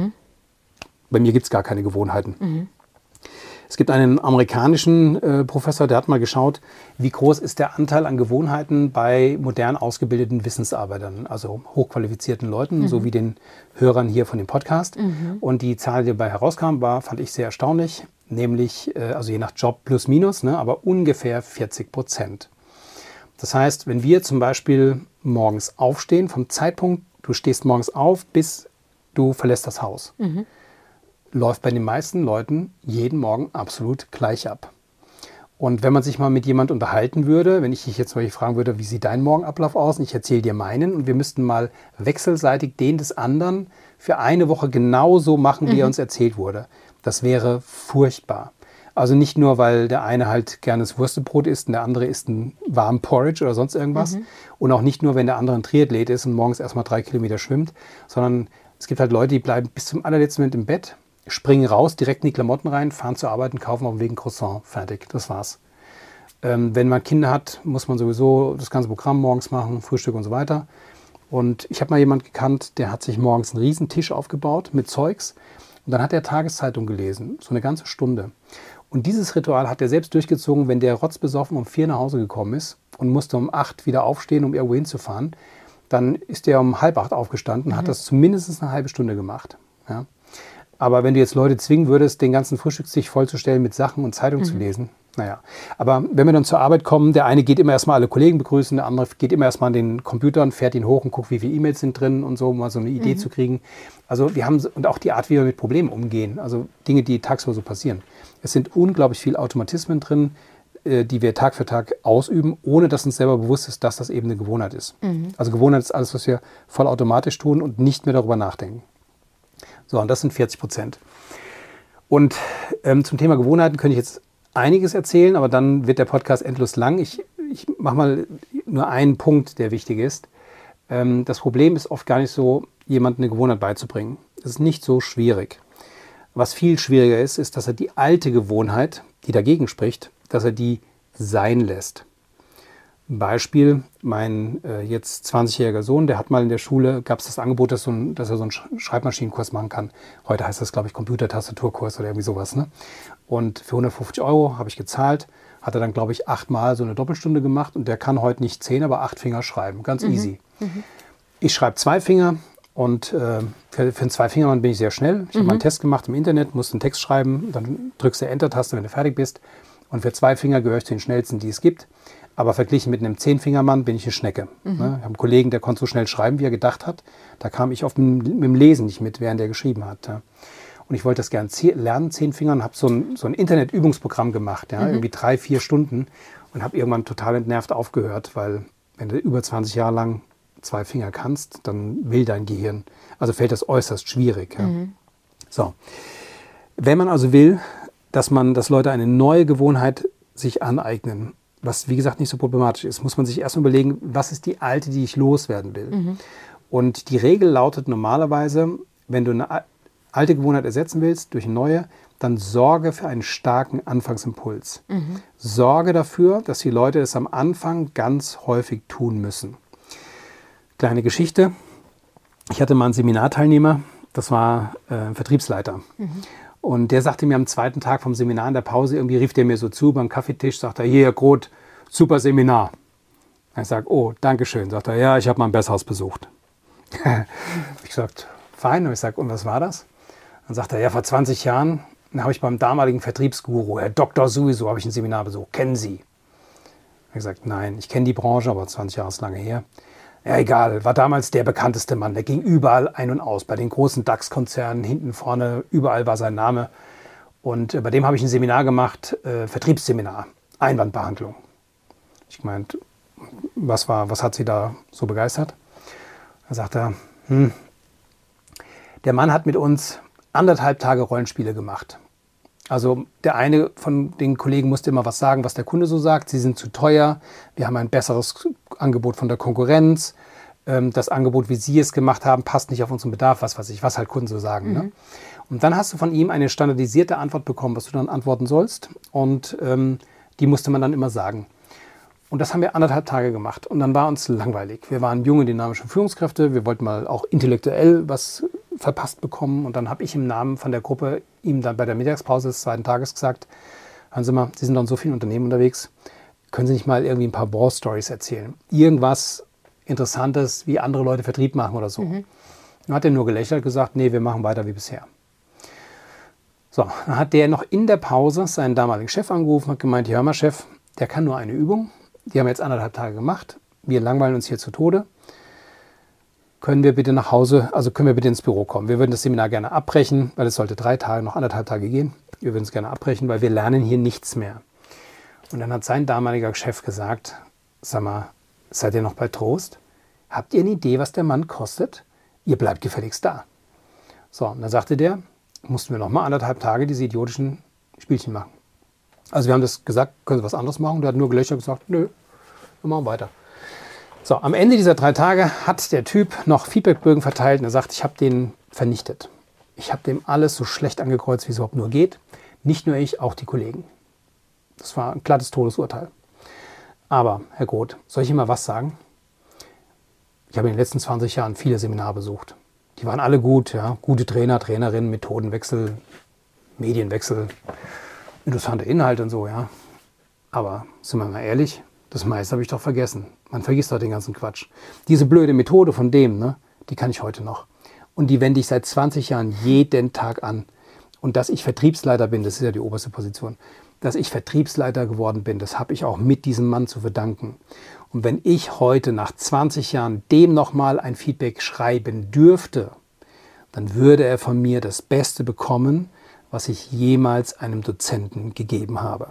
Speaker 2: Bei mir gibt es gar keine Gewohnheiten. Es gibt einen amerikanischen Professor, der hat mal geschaut, wie groß ist der Anteil an Gewohnheiten bei modern ausgebildeten Wissensarbeitern, also hochqualifizierten Leuten, so wie den Hörern hier von dem Podcast. Und die Zahl, die dabei herauskam, fand ich sehr erstaunlich, nämlich, also je nach Job plus minus, ne, aber ungefähr 40%. Das heißt, wenn wir zum Beispiel morgens aufstehen, vom Zeitpunkt, du stehst morgens auf, bis du verlässt das Haus, läuft bei den meisten Leuten jeden Morgen absolut gleich ab. Und wenn man sich mal mit jemand unterhalten würde, wenn ich dich jetzt mal fragen würde, wie sieht dein Morgenablauf aus? Und ich erzähle dir meinen und wir müssten mal wechselseitig den des anderen für eine Woche genauso machen, wie er uns erzählt wurde. Das wäre furchtbar. Also nicht nur, weil der eine halt gerne das Wurstebrot isst und der andere isst einen warmen Porridge oder sonst irgendwas. Und auch nicht nur, wenn der andere ein Triathlet ist und morgens erstmal 3 Kilometer schwimmt, sondern es gibt halt Leute, die bleiben bis zum allerletzten Moment im Bett, springen raus, direkt in die Klamotten rein, fahren zur Arbeit und kaufen auf dem Weg ein Croissant. Fertig, das war's. Wenn man Kinder hat, muss man sowieso das ganze Programm morgens machen, Frühstück und so weiter. Und ich habe mal jemanden gekannt, der hat sich morgens einen riesen Tisch aufgebaut mit Zeugs und dann hat er Tageszeitung gelesen, so eine ganze Stunde. Und dieses Ritual hat er selbst durchgezogen, wenn der rotzbesoffen um 4 nach Hause gekommen ist und musste um 8 wieder aufstehen, um irgendwo hinzufahren. Dann ist er um 7:30 aufgestanden, hat das zumindest eine halbe Stunde gemacht. Ja. Aber wenn du jetzt Leute zwingen würdest, den ganzen Frühstückstisch vollzustellen mit Sachen und Zeitung zu lesen, naja. Aber wenn wir dann zur Arbeit kommen, der eine geht immer erstmal alle Kollegen begrüßen, der andere geht immer erstmal an den Computer und fährt ihn hoch und guckt, wie viele E-Mails sind drin und so, um mal so eine Idee zu kriegen. Also wir haben, und auch die Art, wie wir mit Problemen umgehen, also Dinge, die tagsüber so passieren. Es sind unglaublich viele Automatismen drin, die wir Tag für Tag ausüben, ohne dass uns selber bewusst ist, dass das eben eine Gewohnheit ist. Also Gewohnheit ist alles, was wir vollautomatisch tun und nicht mehr darüber nachdenken. So, und das sind 40%. Und zum Thema Gewohnheiten könnte ich jetzt einiges erzählen, aber dann wird der Podcast endlos lang. Ich mache mal nur einen Punkt, der wichtig ist. Das Problem ist oft gar nicht so, jemandem eine Gewohnheit beizubringen. Das ist nicht so schwierig. Was viel schwieriger ist, ist, dass er die alte Gewohnheit, die dagegen spricht, dass er die sein lässt. Beispiel, mein jetzt 20-jähriger Sohn, der hat mal in der Schule, gab es das Angebot, dass er so einen Schreibmaschinenkurs machen kann. Heute heißt das, glaube ich, Computertastaturkurs oder irgendwie sowas. Ne? Und für 150 € habe ich gezahlt, hat er dann, glaube ich, 8-mal so eine Doppelstunde gemacht und der kann heute nicht 10, aber 8 Finger schreiben. Ganz easy. Ich schreibe 2 Finger und für einen 2-Fingermann bin ich sehr schnell. Ich habe mal einen Test gemacht im Internet, musste einen Text schreiben, dann drückst du Enter-Taste, wenn du fertig bist. Und für 2 Finger gehöre ich zu den schnellsten, die es gibt. Aber verglichen mit einem 10-Fingermann bin ich eine Schnecke. Ich habe einen Kollegen, der konnte so schnell schreiben, wie er gedacht hat. Da kam ich oft mit dem Lesen nicht mit, während er geschrieben hat. Ja. Und ich wollte das gerne lernen, 10 Fingern, habe so ein Internet-Übungsprogramm gemacht, ja, irgendwie 3-4 Stunden und habe irgendwann total entnervt aufgehört, weil wenn du über 20 Jahre lang 2 Finger kannst, dann will dein Gehirn. Also fällt das äußerst schwierig. Ja. So. Wenn man also will, dass Leute eine neue Gewohnheit sich aneignen, was wie gesagt nicht so problematisch ist, muss man sich erst überlegen, was ist die alte, die ich loswerden will. Und die Regel lautet normalerweise, wenn du eine alte Gewohnheit ersetzen willst durch eine neue, dann sorge für einen starken Anfangsimpuls. Sorge dafür, dass die Leute es am Anfang ganz häufig tun müssen. Kleine Geschichte. Ich hatte mal einen Seminarteilnehmer, das war ein Vertriebsleiter. Und der sagte mir am zweiten Tag vom Seminar in der Pause, irgendwie rief der mir so zu beim Kaffeetisch, sagt er, hier, Herr Groth, super Seminar. Ich sage, oh, danke schön. Sagt er, ja, ich habe mal ein Besshaus besucht. Ich gesagt, fein. Und ich sage, und was war das? Dann sagt er, ja, vor 20 Jahren habe ich beim damaligen Vertriebsguru, Herr Doktor sowieso, habe ich ein Seminar besucht. Kennen Sie? Ich habe gesagt, nein, ich kenne die Branche, aber 20 Jahre ist lange her. Ja, egal, war damals der bekannteste Mann. Der ging überall ein und aus. Bei den großen DAX-Konzernen, hinten, vorne, überall war sein Name. Und bei dem habe ich ein Seminar gemacht, Vertriebsseminar, Einwandbehandlung. Ich meinte, was hat Sie da so begeistert? Da sagt er, der Mann hat mit uns 1,5 Tage Rollenspiele gemacht. Also der eine von den Kollegen musste immer was sagen, was der Kunde so sagt. Sie sind zu teuer, wir haben ein besseres Angebot von der Konkurrenz. Das Angebot, wie Sie es gemacht haben, passt nicht auf unseren Bedarf, was halt Kunden so sagen. Ne? Und dann hast du von ihm eine standardisierte Antwort bekommen, was du dann antworten sollst. Und die musste man dann immer sagen. Und das haben wir 1,5 Tage gemacht. Und dann war uns langweilig. Wir waren junge, dynamische Führungskräfte. Wir wollten mal auch intellektuell was verpasst bekommen. Und dann habe ich im Namen von der Gruppe ihm dann bei der Mittagspause des zweiten Tages gesagt, hören Sie mal, Sie sind doch in so vielen Unternehmen unterwegs. Können Sie nicht mal irgendwie ein paar Ball-Stories erzählen? Irgendwas Interessantes, wie andere Leute Vertrieb machen oder so. Dann hat er nur gelächelt und gesagt, nee, wir machen weiter wie bisher. So, dann hat der noch in der Pause seinen damaligen Chef angerufen und hat gemeint, hör mal Chef, der kann nur eine Übung. Die haben wir jetzt 1,5 Tage gemacht. Wir langweilen uns hier zu Tode. Können wir bitte nach Hause, also können wir bitte ins Büro kommen? Wir würden das Seminar gerne abbrechen, weil es sollte 3 Tage, noch 1,5 Tage gehen. Wir würden es gerne abbrechen, weil wir lernen hier nichts mehr. Und dann hat sein damaliger Chef gesagt, sag mal, seid ihr noch bei Trost? Habt ihr eine Idee, was der Mann kostet? Ihr bleibt gefälligst da. So, und dann sagte der, mussten wir noch mal 1,5 Tage diese idiotischen Spielchen machen. Also wir haben das gesagt, können Sie was anderes machen? Der hat nur gelöchert und gesagt, nö, wir machen weiter. So, am Ende dieser 3 Tage hat der Typ noch Feedbackbögen verteilt und er sagt, ich habe den vernichtet. Ich habe dem alles so schlecht angekreuzt, wie es überhaupt nur geht. Nicht nur ich, auch die Kollegen. Das war ein glattes Todesurteil. Aber, Herr Groth, soll ich Ihnen mal was sagen? Ich habe in den letzten 20 Jahren viele Seminare besucht. Die waren alle gut, ja, gute Trainer, Trainerinnen, Methodenwechsel, Medienwechsel, interessante Inhalte und so, ja. Aber sind wir mal ehrlich, das meiste habe ich doch vergessen. Man vergisst doch den ganzen Quatsch. Diese blöde Methode von dem, ne, die kann ich heute noch. Und die wende ich seit 20 Jahren jeden Tag an. Und dass ich Vertriebsleiter bin, das ist ja die oberste Position, dass ich Vertriebsleiter geworden bin, das habe ich auch mit diesem Mann zu verdanken. Und wenn ich heute nach 20 Jahren dem nochmal ein Feedback schreiben dürfte, dann würde er von mir das Beste bekommen, was ich jemals einem Dozenten gegeben habe.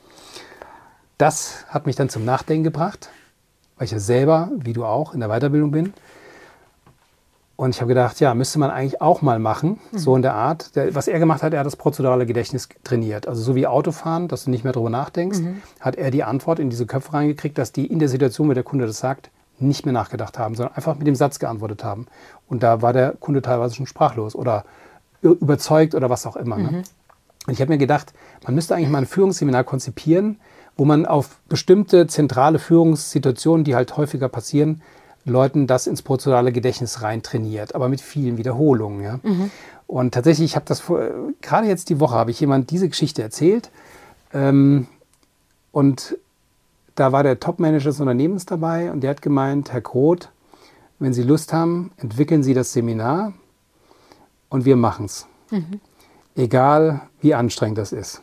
Speaker 2: Das hat mich dann zum Nachdenken gebracht, weil ich ja selber, wie du auch, in der Weiterbildung bin. Und ich habe gedacht, ja, müsste man eigentlich auch mal machen, so in der Art. Was er gemacht hat, er hat das prozedurale Gedächtnis trainiert. Also so wie Autofahren, dass du nicht mehr darüber nachdenkst, hat er die Antwort in diese Köpfe reingekriegt, dass die in der Situation, wenn der Kunde das sagt, nicht mehr nachgedacht haben, sondern einfach mit dem Satz geantwortet haben. Und da war der Kunde teilweise schon sprachlos oder überzeugt oder was auch immer. Ne? Und ich habe mir gedacht, man müsste eigentlich mal ein Führungsseminar konzipieren, wo man auf bestimmte zentrale Führungssituationen, die halt häufiger passieren, Leuten das ins prozedurale Gedächtnis rein trainiert, aber mit vielen Wiederholungen. Ja? Und tatsächlich, ich habe das gerade jetzt die Woche, habe ich jemand diese Geschichte erzählt und da war der Top-Manager des Unternehmens dabei und der hat gemeint, Herr Groth, wenn Sie Lust haben, entwickeln Sie das Seminar und wir machen es. Egal, wie anstrengend das ist.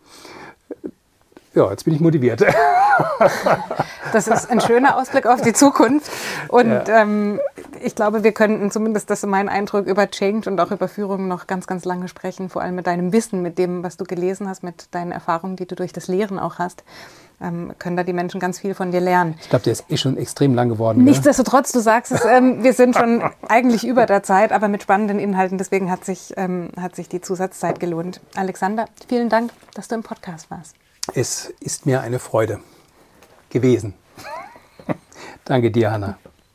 Speaker 2: Ja, jetzt bin ich motiviert.
Speaker 1: Das ist ein schöner Ausblick auf die Zukunft. Und ich glaube, wir könnten, zumindest das ist mein Eindruck, über Change und auch über Führung noch ganz, ganz lange sprechen. Vor allem mit deinem Wissen, mit dem, was du gelesen hast, mit deinen Erfahrungen, die du durch das Lehren auch hast, können da die Menschen ganz viel von dir lernen.
Speaker 2: Ich glaube, der ist schon extrem lang geworden.
Speaker 1: Nichtsdestotrotz, du sagst es, wir sind schon eigentlich über der Zeit, aber mit spannenden Inhalten. Deswegen hat sich die Zusatzzeit gelohnt. Alexander, vielen Dank, dass du im Podcast warst.
Speaker 2: Es ist mir eine Freude gewesen. Danke dir, Hanna.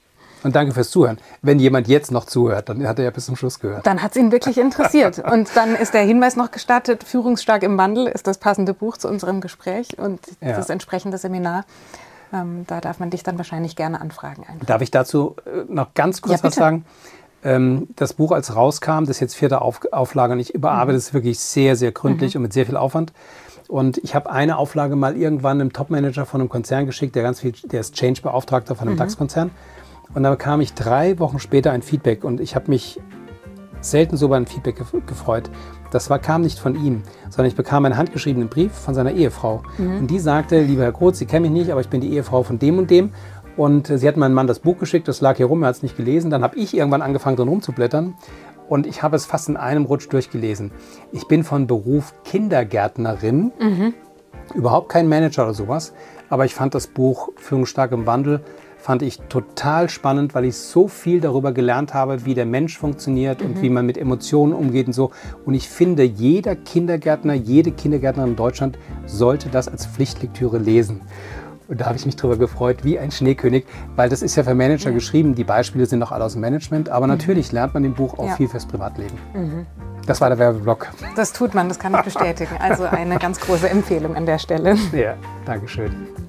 Speaker 2: Und danke fürs Zuhören. Wenn jemand jetzt noch zuhört, dann hat er ja bis zum Schluss gehört.
Speaker 1: Dann hat es ihn wirklich interessiert. Und dann ist der Hinweis noch gestattet, Führungsstark im Wandel ist das passende Buch zu unserem Gespräch und das entsprechende Seminar. Da darf man dich dann wahrscheinlich gerne anfragen. Einfach.
Speaker 2: Darf ich dazu noch ganz kurz was sagen? Das Buch, als rauskam, das ist jetzt 4. Auflage und ich überarbeite es wirklich sehr, sehr gründlich und mit sehr viel Aufwand. Und ich habe eine Auflage mal irgendwann einem Topmanager von einem Konzern geschickt, der ist Change-Beauftragter von einem DAX-Konzern. Und da bekam ich 3 Wochen später ein Feedback und ich habe mich selten so über ein Feedback gefreut. Das kam nicht von ihm, sondern ich bekam einen handgeschriebenen Brief von seiner Ehefrau. Und die sagte, lieber Herr Groth, Sie kennen mich nicht, aber ich bin die Ehefrau von dem und dem. Und sie hat meinem Mann das Buch geschickt, das lag hier rum, er hat es nicht gelesen. Dann habe ich irgendwann angefangen, drin rumzublättern. Und ich habe es fast in einem Rutsch durchgelesen. Ich bin von Beruf Kindergärtnerin, überhaupt kein Manager oder sowas. Aber ich fand das Buch Führungsstark im Wandel fand ich total spannend, weil ich so viel darüber gelernt habe, wie der Mensch funktioniert und wie man mit Emotionen umgeht und so. Und ich finde, jeder Kindergärtner, jede Kindergärtnerin in Deutschland sollte das als Pflichtlektüre lesen. Und da habe ich mich drüber gefreut, wie ein Schneekönig, weil das ist ja für Manager geschrieben. Die Beispiele sind noch alle aus dem Management, aber natürlich lernt man im Buch auch viel fürs Privatleben. Das war der Werbeblock.
Speaker 1: Das tut man, das kann ich bestätigen. Also eine ganz große Empfehlung an der Stelle.
Speaker 2: Ja, Dankeschön.